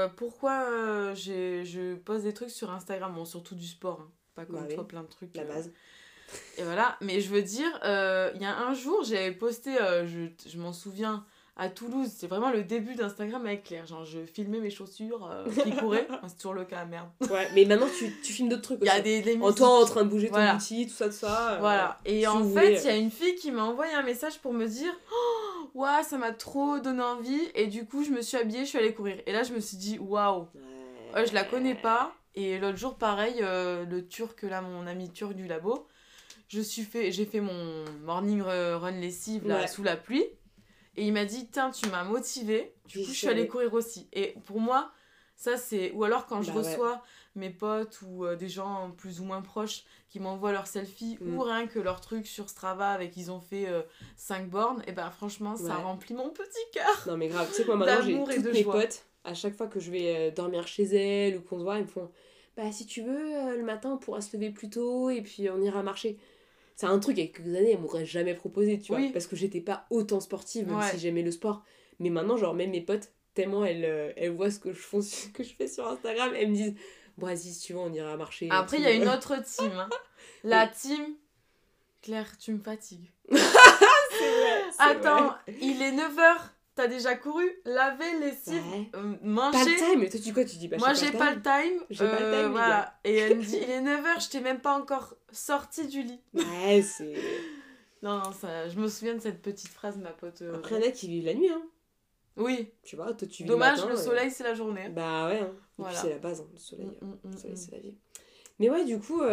S2: je pose des trucs sur Instagram, bon surtout du sport, hein. Pas comme toi plein de trucs.
S3: La base.
S2: Et voilà, mais je veux dire, il y a un jour j'avais posté, je m'en souviens, à Toulouse, c'est vraiment le début d'Instagram avec Claire, genre je filmais mes chaussures qui couraient, enfin, c'est toujours le cas, merde. Ouais,
S3: mais maintenant tu filmes d'autres trucs aussi.
S2: Il y a des musiques.
S3: En toi en train de bouger ton outil, tout ça.
S2: Voilà, et en fait, il y a une fille qui m'a envoyé un message pour me dire « Waouh, ça m'a trop donné envie » et du coup, je me suis habillée, je suis allée courir. Et là, je me suis dit « Waouh, je la connais pas ». Et l'autre jour, pareil, le turc, là, mon ami turc du labo, j'ai fait mon morning run lessive là, sous la pluie. Et il m'a dit, tiens, tu m'as motivée. Du coup, je suis allée courir aussi. Et pour moi, ça c'est... Ou alors quand je reçois mes potes ou des gens plus ou moins proches qui m'envoient leurs selfies ou rien que leurs trucs sur Strava avec ils ont fait 5 bornes, et ben franchement, ça remplit mon petit cœur.
S3: Non mais grave, tu sais quoi, maintenant j'ai toutes mes potes, à chaque fois que je vais dormir chez elles ou qu'on se voit, ils me font, bah si tu veux, le matin on pourra se lever plus tôt et puis on ira marcher. C'est un truc, il y a quelques années, elle m'aurait jamais proposé, tu vois, parce que j'étais pas autant sportive, même si j'aimais le sport. Mais maintenant, genre, même mes potes, tellement elles voient ce que je fais sur Instagram, elles me disent, bon, vas-y, si tu veux, on ira marcher.
S2: Après, il y a une autre team. Hein. La team, Claire, tu me fatigues.
S3: C'est vrai.
S2: Attends, il est 9h. T'as déjà couru, lavé, lessive, manger.
S3: Pas le time, mais toi tu quoi, tu dis
S2: moi j'ai pas le time.
S3: J'ai pas le time,
S2: voilà. Et elle me dit, il est 9h, je t'ai même pas encore sortie du lit.
S3: Ouais, c'est...
S2: non, ça, je me souviens de cette petite phrase, ma pote.
S3: Après, il y en a qui vivent la nuit, hein.
S2: Oui.
S3: Tu vois, toi tu vis
S2: dommage,
S3: le matin.
S2: Le soleil c'est la journée.
S3: Bah ouais, hein.
S2: Voilà.
S3: Et puis c'est la base, hein, le soleil. Le soleil c'est la vie. Mais ouais, du coup,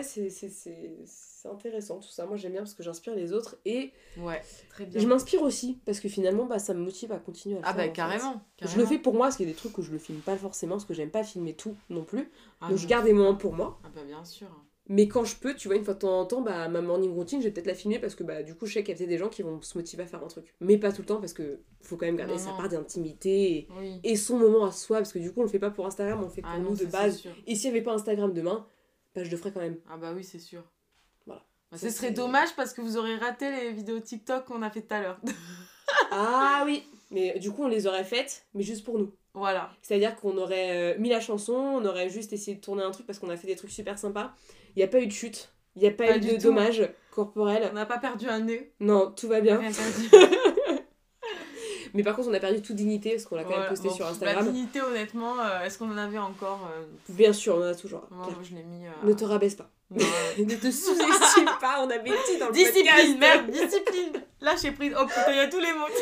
S3: c'est intéressant tout ça. Moi j'aime bien parce que j'inspire les autres et
S2: très bien.
S3: Je m'inspire aussi parce que finalement ça me motive à continuer à le faire.
S2: Ah bah carrément.
S3: Je le fais pour moi parce qu'il y a des trucs où je le filme pas forcément parce que j'aime pas filmer tout non plus. Donc je garde des moments pour moi.
S2: Ah bah bien sûr.
S3: Mais quand je peux, tu vois, une fois de temps en temps, bah ma morning routine, je vais peut-être la filmer parce que bah du coup je sais qu'il y a peut-être des gens qui vont se motiver à faire un truc. Mais pas tout le temps parce que faut quand même garder sa part d'intimité et son moment à soi parce que du coup on le fait pas pour Instagram, on le fait pour nous de base. Et s'il y avait pas Instagram demain, bah je le ferais quand même.
S2: Ah bah oui, c'est sûr.
S3: Voilà.
S2: Bah, ce serait dommage parce que vous aurez raté les vidéos TikTok qu'on a fait tout à l'heure.
S3: Ah oui, mais du coup on les aurait faites, mais juste pour nous.
S2: Voilà.
S3: C'est-à-dire qu'on aurait mis la chanson, on aurait juste essayé de tourner un truc parce qu'on a fait des trucs super sympas. Il n'y a pas eu de chute, il n'y a pas eu de dommages corporels.
S2: On n'a pas perdu un nez.
S3: Non, tout va bien.
S2: On n'a rien perdu.
S3: Mais par contre, on a perdu toute dignité parce qu'on l'a quand même posté sur Instagram.
S2: La dignité, honnêtement, est-ce qu'on en avait encore
S3: Bien sûr, on en a toujours.
S2: Moi, je l'ai mis.
S3: Ne te rabaisse pas.
S2: Non,
S3: ne te sous-estime pas, on avait dit dans le
S2: discipline,
S3: podcast.
S2: Merde, discipline. Là, j'ai pris. Oh putain, il y a tous les mots.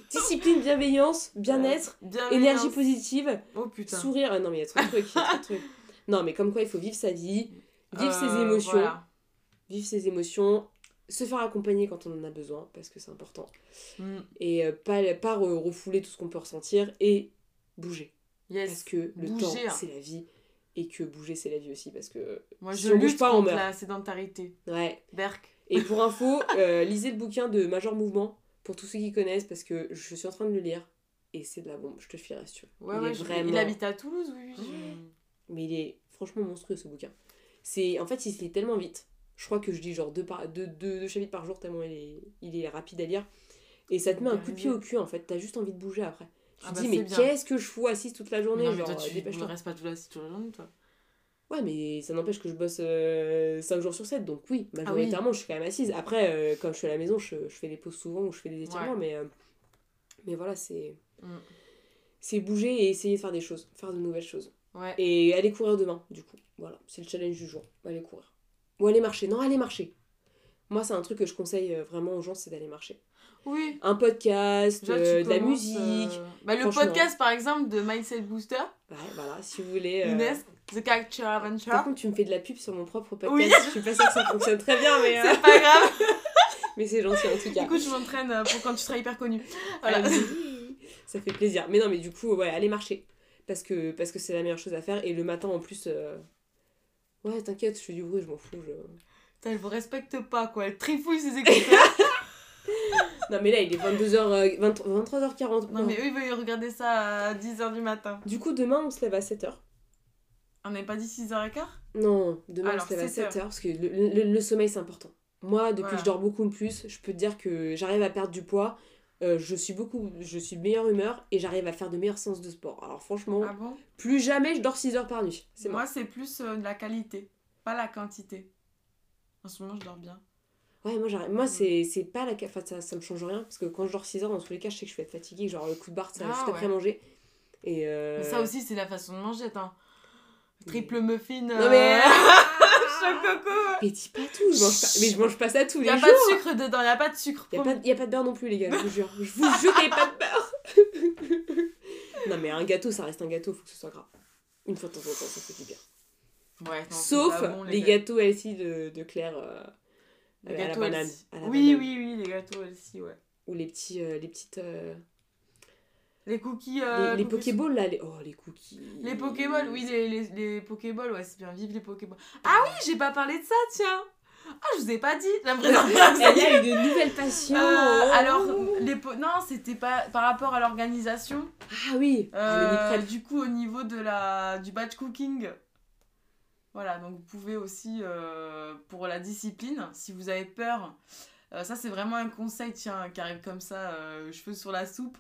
S3: Discipline, bienveillance, bien-être, énergie positive, sourire. Ah non, mais il y a trop de trucs. Non, mais comme quoi, il faut vivre sa vie, vivre ses émotions. Voilà. Vivre ses émotions, se faire accompagner quand on en a besoin, parce que c'est important. Et pas refouler tout ce qu'on peut ressentir et bouger. Parce que le temps, c'est la vie. Et que bouger, c'est la vie aussi. Parce que
S2: moi, si je lutte bouge pas, contre la sédentarité.
S3: Ouais.
S2: Berk.
S3: Et pour info, lisez le bouquin de Major Mouvement, pour tous ceux qui connaissent, parce que je suis en train de le lire. Et c'est de la bombe, je te le filerai si tu veux.
S2: Il habite à Toulouse, oui.
S3: Mais il est franchement monstrueux, ce bouquin. En fait, il se lit tellement vite. Je crois que je dis genre 2 chapitres par jour, tellement il est rapide à lire. Et ça te met un coup de pied au cul, en fait. T'as juste envie de bouger après. Tu te dis, mais qu'est-ce que je fous assise toute la journée?
S2: Non, mais toi, tu ne restes pas assise toute la journée, toi.
S3: Ouais, mais ça n'empêche que je bosse 5 jours sur 7, donc oui, majoritairement, je suis quand même assise. Après, quand je suis à la maison, je fais des pauses souvent ou je fais des étirements, mais voilà, c'est bouger et essayer de faire des choses, faire de nouvelles choses.
S2: Ouais.
S3: Et aller courir demain, du coup. Voilà, c'est le challenge du jour. Aller courir. Ou aller marcher. Non, aller marcher. Moi, c'est un truc que je conseille vraiment aux gens, c'est d'aller marcher.
S2: Oui.
S3: Un podcast, de la musique.
S2: Le podcast, par exemple, de Mindset Booster.
S3: Ouais, voilà, si vous voulez.
S2: Inès, The Culture Adventure.
S3: Par contre, tu me fais de la pub sur mon propre podcast.
S2: Oui.
S3: Je suis pas sûre que ça fonctionne très bien, mais...
S2: C'est pas grave.
S3: Mais c'est gentil, en tout cas.
S2: Du coup, je m'entraîne pour quand tu seras hyper connue. Voilà.
S3: Ça fait plaisir. Mais non, mais du coup, ouais, aller marcher. Parce que c'est la meilleure chose à faire. Et le matin, en plus... Ouais, t'inquiète, je fais du bruit, je m'en fous.
S2: Putain, elle vous respecte pas, quoi. Elle trifouille ses écouteurs.
S3: Non, mais là, il est 23h40.
S2: Non, mais eux, ils veulent regarder ça à 10h du matin.
S3: Du coup, demain, on se lève à 7h.
S2: On n'avait pas dit 6h15 ?
S3: Non, demain, on se lève à 7h. Parce que le sommeil, c'est important. Moi, depuis que je dors beaucoup plus, je peux te dire que j'arrive à perdre du poids. Je suis de meilleure humeur et j'arrive à faire de meilleures séances de sport. Alors franchement, plus jamais je dors 6 heures par nuit.
S2: Moi, c'est plus de la qualité, pas la quantité. En ce moment, je dors bien.
S3: Ouais, moi c'est pas la... Enfin, ça me change rien, parce que quand je dors 6 heures, dans tous les cas, je sais que je vais être fatiguée, genre le coup de barre, ça juste après manger. Et
S2: Mais ça aussi, c'est la façon de manger, attends. Triple muffin.
S3: Non mais...
S2: Choc coco.
S3: Mais dis pas tout, je mange pas ça tous les jours.
S2: Y a pas de sucre dedans, y a pas de sucre.
S3: Y a pas de beurre non plus, les gars, je vous jure. Je vous jure qu'il y a pas de beurre. Non mais un gâteau, ça reste un gâteau, faut que ce soit gras. Une fois de temps en temps, ça fait du bien.
S2: Ouais, non,
S3: sauf bon, les gâteaux LC de Claire à la banane.
S2: Oui, les gâteaux LC, ouais.
S3: Ou les petites...
S2: Les cookies...
S3: les Pokéballs, là. Les cookies...
S2: Les Pokéballs, oui, les Pokéballs, ouais, c'est bien. Vive les Pokéballs. Ah oui, j'ai pas parlé de ça, tiens. Ah, je vous ai pas dit. Elle
S3: a une nouvelle passion.
S2: Alors, non, c'était pas par rapport à l'organisation.
S3: Ah oui.
S2: Du coup, au niveau du batch cooking... Voilà, donc vous pouvez aussi, pour la discipline, si vous avez peur, ça c'est vraiment un conseil, tiens, qui arrive comme ça, cheveux sur la soupe.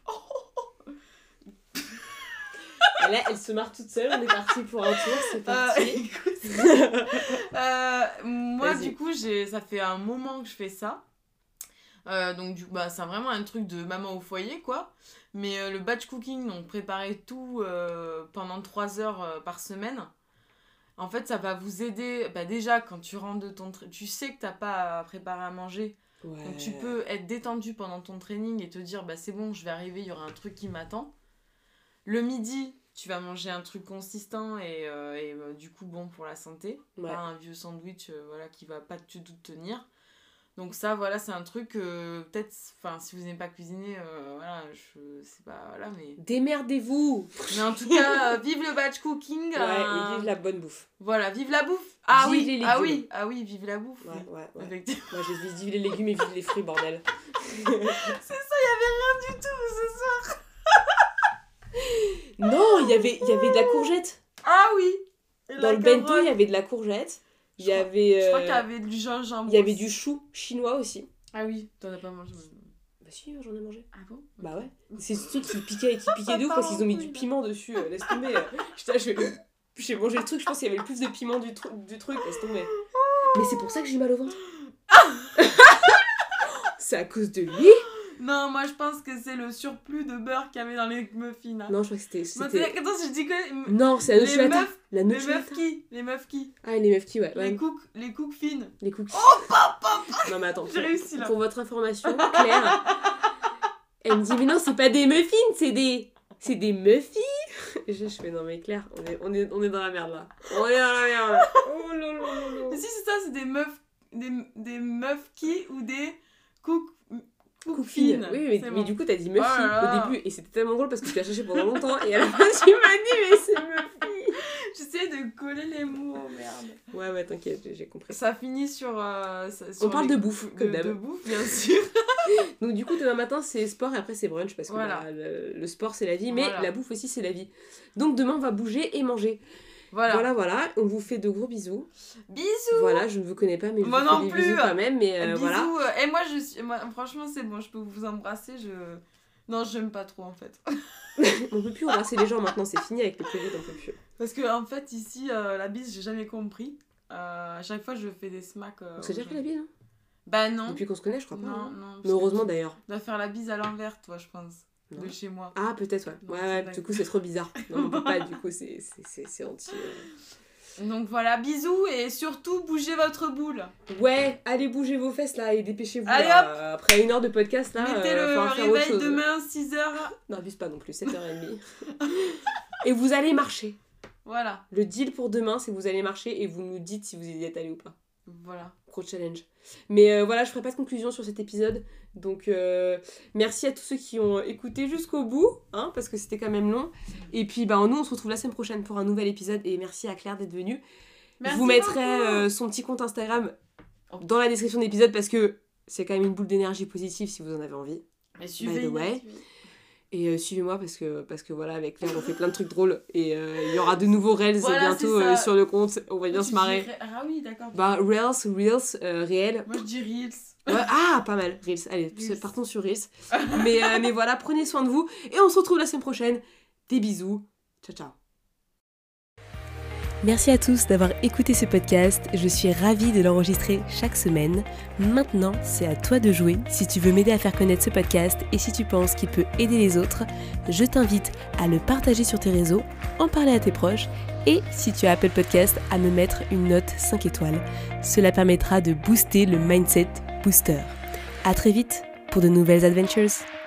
S3: Et là, elle se marre toute seule, on est parti pour un tour, c'est parti.
S2: Moi, du coup, ça fait un moment que je fais ça. Donc, c'est vraiment un truc de maman au foyer, quoi. Mais le batch cooking, donc préparer tout pendant 3 heures par semaine. En fait, ça va vous aider. Déjà, quand tu rentres de tu sais que t'as pas à préparer à manger. Ouais. Donc, tu peux être détendu pendant ton training et te dire, c'est bon, je vais arriver, il y aura un truc qui m'attend. Le midi, tu vas manger un truc consistant et du coup, bon pour la santé. Ouais. Pas un vieux sandwich qui va pas du tout tenir. Donc ça, voilà, c'est un truc peut-être, si vous n'aimez pas cuisiner, je sais pas, voilà, mais...
S3: Démerdez-vous.
S2: Mais en tout cas, vive le batch cooking.
S3: Et vive la bonne bouffe.
S2: Voilà, vive la bouffe.
S3: Vive les légumes.
S2: Ah oui, vive la bouffe.
S3: Ouais. Effectivement. Moi, je dis vive les légumes et vive les fruits, bordel.
S2: C'est ça, il y avait rien du tout ce soir.
S3: Non, il y avait de la courgette.
S2: Ah oui.
S3: Dans le bento, il y avait de la courgette. Je crois
S2: qu'il y avait du gingembre.
S3: Il y avait du chou chinois aussi.
S2: Ah oui, t'en as pas mangé.
S3: Bah si, j'en ai mangé.
S2: Ah bon?
S3: Bah ouais. C'est ce truc qui piquait de ouf parce qu'ils ont mis du piment dessus. Laisse tomber. J'ai mangé le truc, je pense qu'il y avait le plus de piment du truc, laisse tomber. Mais c'est pour ça que j'ai mal au ventre. C'est à cause de lui.
S2: Non, moi je pense que c'est le surplus de beurre qu'il y avait dans les muffins. Hein.
S3: Non, je crois que c'était...
S2: Attends, je dis que...
S3: Non, c'est
S2: les meufs qui
S3: Ah, les meufs qui, ouais.
S2: Les cooks fines.
S3: Les cooks.
S2: Oh, papa.
S3: Non, mais attends,
S2: j'ai réussi là.
S3: Pour votre information, Claire, Elle me dit, mais non, c'est pas des muffins, c'est des muffins. Je fais, non mais Claire, on est dans la merde là. On est dans la merde. Oh là là là là.
S2: Mais si c'est ça, c'est des meufs qui ou des
S3: coufines. Oui, mais du coup t'as dit muffins au début et c'était tellement drôle parce que tu l'as cherché pendant longtemps et à la fin tu m'as dit mais c'est muffins.
S2: J'essaie de coller les mots, merde.
S3: Ouais, t'inquiète, j'ai compris.
S2: Ça finit sur
S3: on parle de bouffe, comme d'hab.
S2: De bouffe, bien sûr.
S3: Donc du coup, demain matin, c'est sport et après c'est brunch parce que le sport c'est la vie, mais la bouffe aussi c'est la vie. Donc demain, on va bouger et manger. Voilà. On vous fait de gros bisous.
S2: Bisous.
S3: Voilà, je ne vous connais pas, mais je
S2: moi
S3: vous
S2: non
S3: fais des
S2: plus.
S3: Bisous quand même. Mais
S2: bisous.
S3: Voilà.
S2: Et moi, franchement, c'est bon, je peux vous embrasser. Non, j'aime pas trop en fait.
S3: On peut plus embrasser les gens maintenant, c'est fini avec le Covid, on peut plus.
S2: Parce que en fait, ici, la bise, j'ai jamais compris. À chaque fois, je fais des smacks.
S3: On s'est déjà fait la bise, hein?
S2: Bah non.
S3: Depuis qu'on se connaît, je crois pas.
S2: Non.
S3: Mais heureusement d'ailleurs.
S2: Tu dois faire la bise à l'envers, toi, je pense. Non. De chez moi.
S3: Ah, peut-être, ouais. Ouais, du coup, c'est trop bizarre. Non, on peut pas, du coup, c'est anti.
S2: Donc voilà, bisous et surtout, bougez votre boule.
S3: Ouais, allez bouger vos fesses là et dépêchez-vous.
S2: Allez
S3: là.
S2: hop.
S3: Après 1 heure de podcast là.
S2: Mettez le réveil demain, 6h.
S3: Non, abuse pas non plus, 7h30. Et vous allez marcher.
S2: Voilà.
S3: Le deal pour demain, c'est que vous allez marcher et vous nous dites si vous y êtes allé ou pas.
S2: Voilà.
S3: Gros challenge. Mais voilà, je ferai pas de conclusion sur cet épisode. Donc merci à tous ceux qui ont écouté jusqu'au bout, hein, parce que c'était quand même long. Et puis nous, on se retrouve la semaine prochaine pour un nouvel épisode. Et merci à Claire d'être venue.
S2: Merci
S3: je vous mettrai son petit compte Instagram dans la description de l'épisode parce que c'est quand même une boule d'énergie positive si vous en avez envie.
S2: Mais suivez.
S3: Et suivez-moi parce que voilà, avec Claire on fait plein de trucs drôles et il y aura de nouveaux Reels bientôt sur le compte, on va bien se marrer.
S2: Ah oui, d'accord.
S3: Reels, réel.
S2: Moi je dis Reels.
S3: Ouais, ah, pas mal, Reels. Allez, partons sur Reels. mais voilà, prenez soin de vous et on se retrouve la semaine prochaine. Des bisous. Ciao.
S1: Merci à tous d'avoir écouté ce podcast, je suis ravie de l'enregistrer chaque semaine. Maintenant, c'est à toi de jouer. Si tu veux m'aider à faire connaître ce podcast et si tu penses qu'il peut aider les autres, je t'invite à le partager sur tes réseaux, en parler à tes proches et si tu as Apple Podcast, à me mettre une note 5 étoiles. Cela permettra de booster le Mindset Booster. À très vite pour de nouvelles adventures.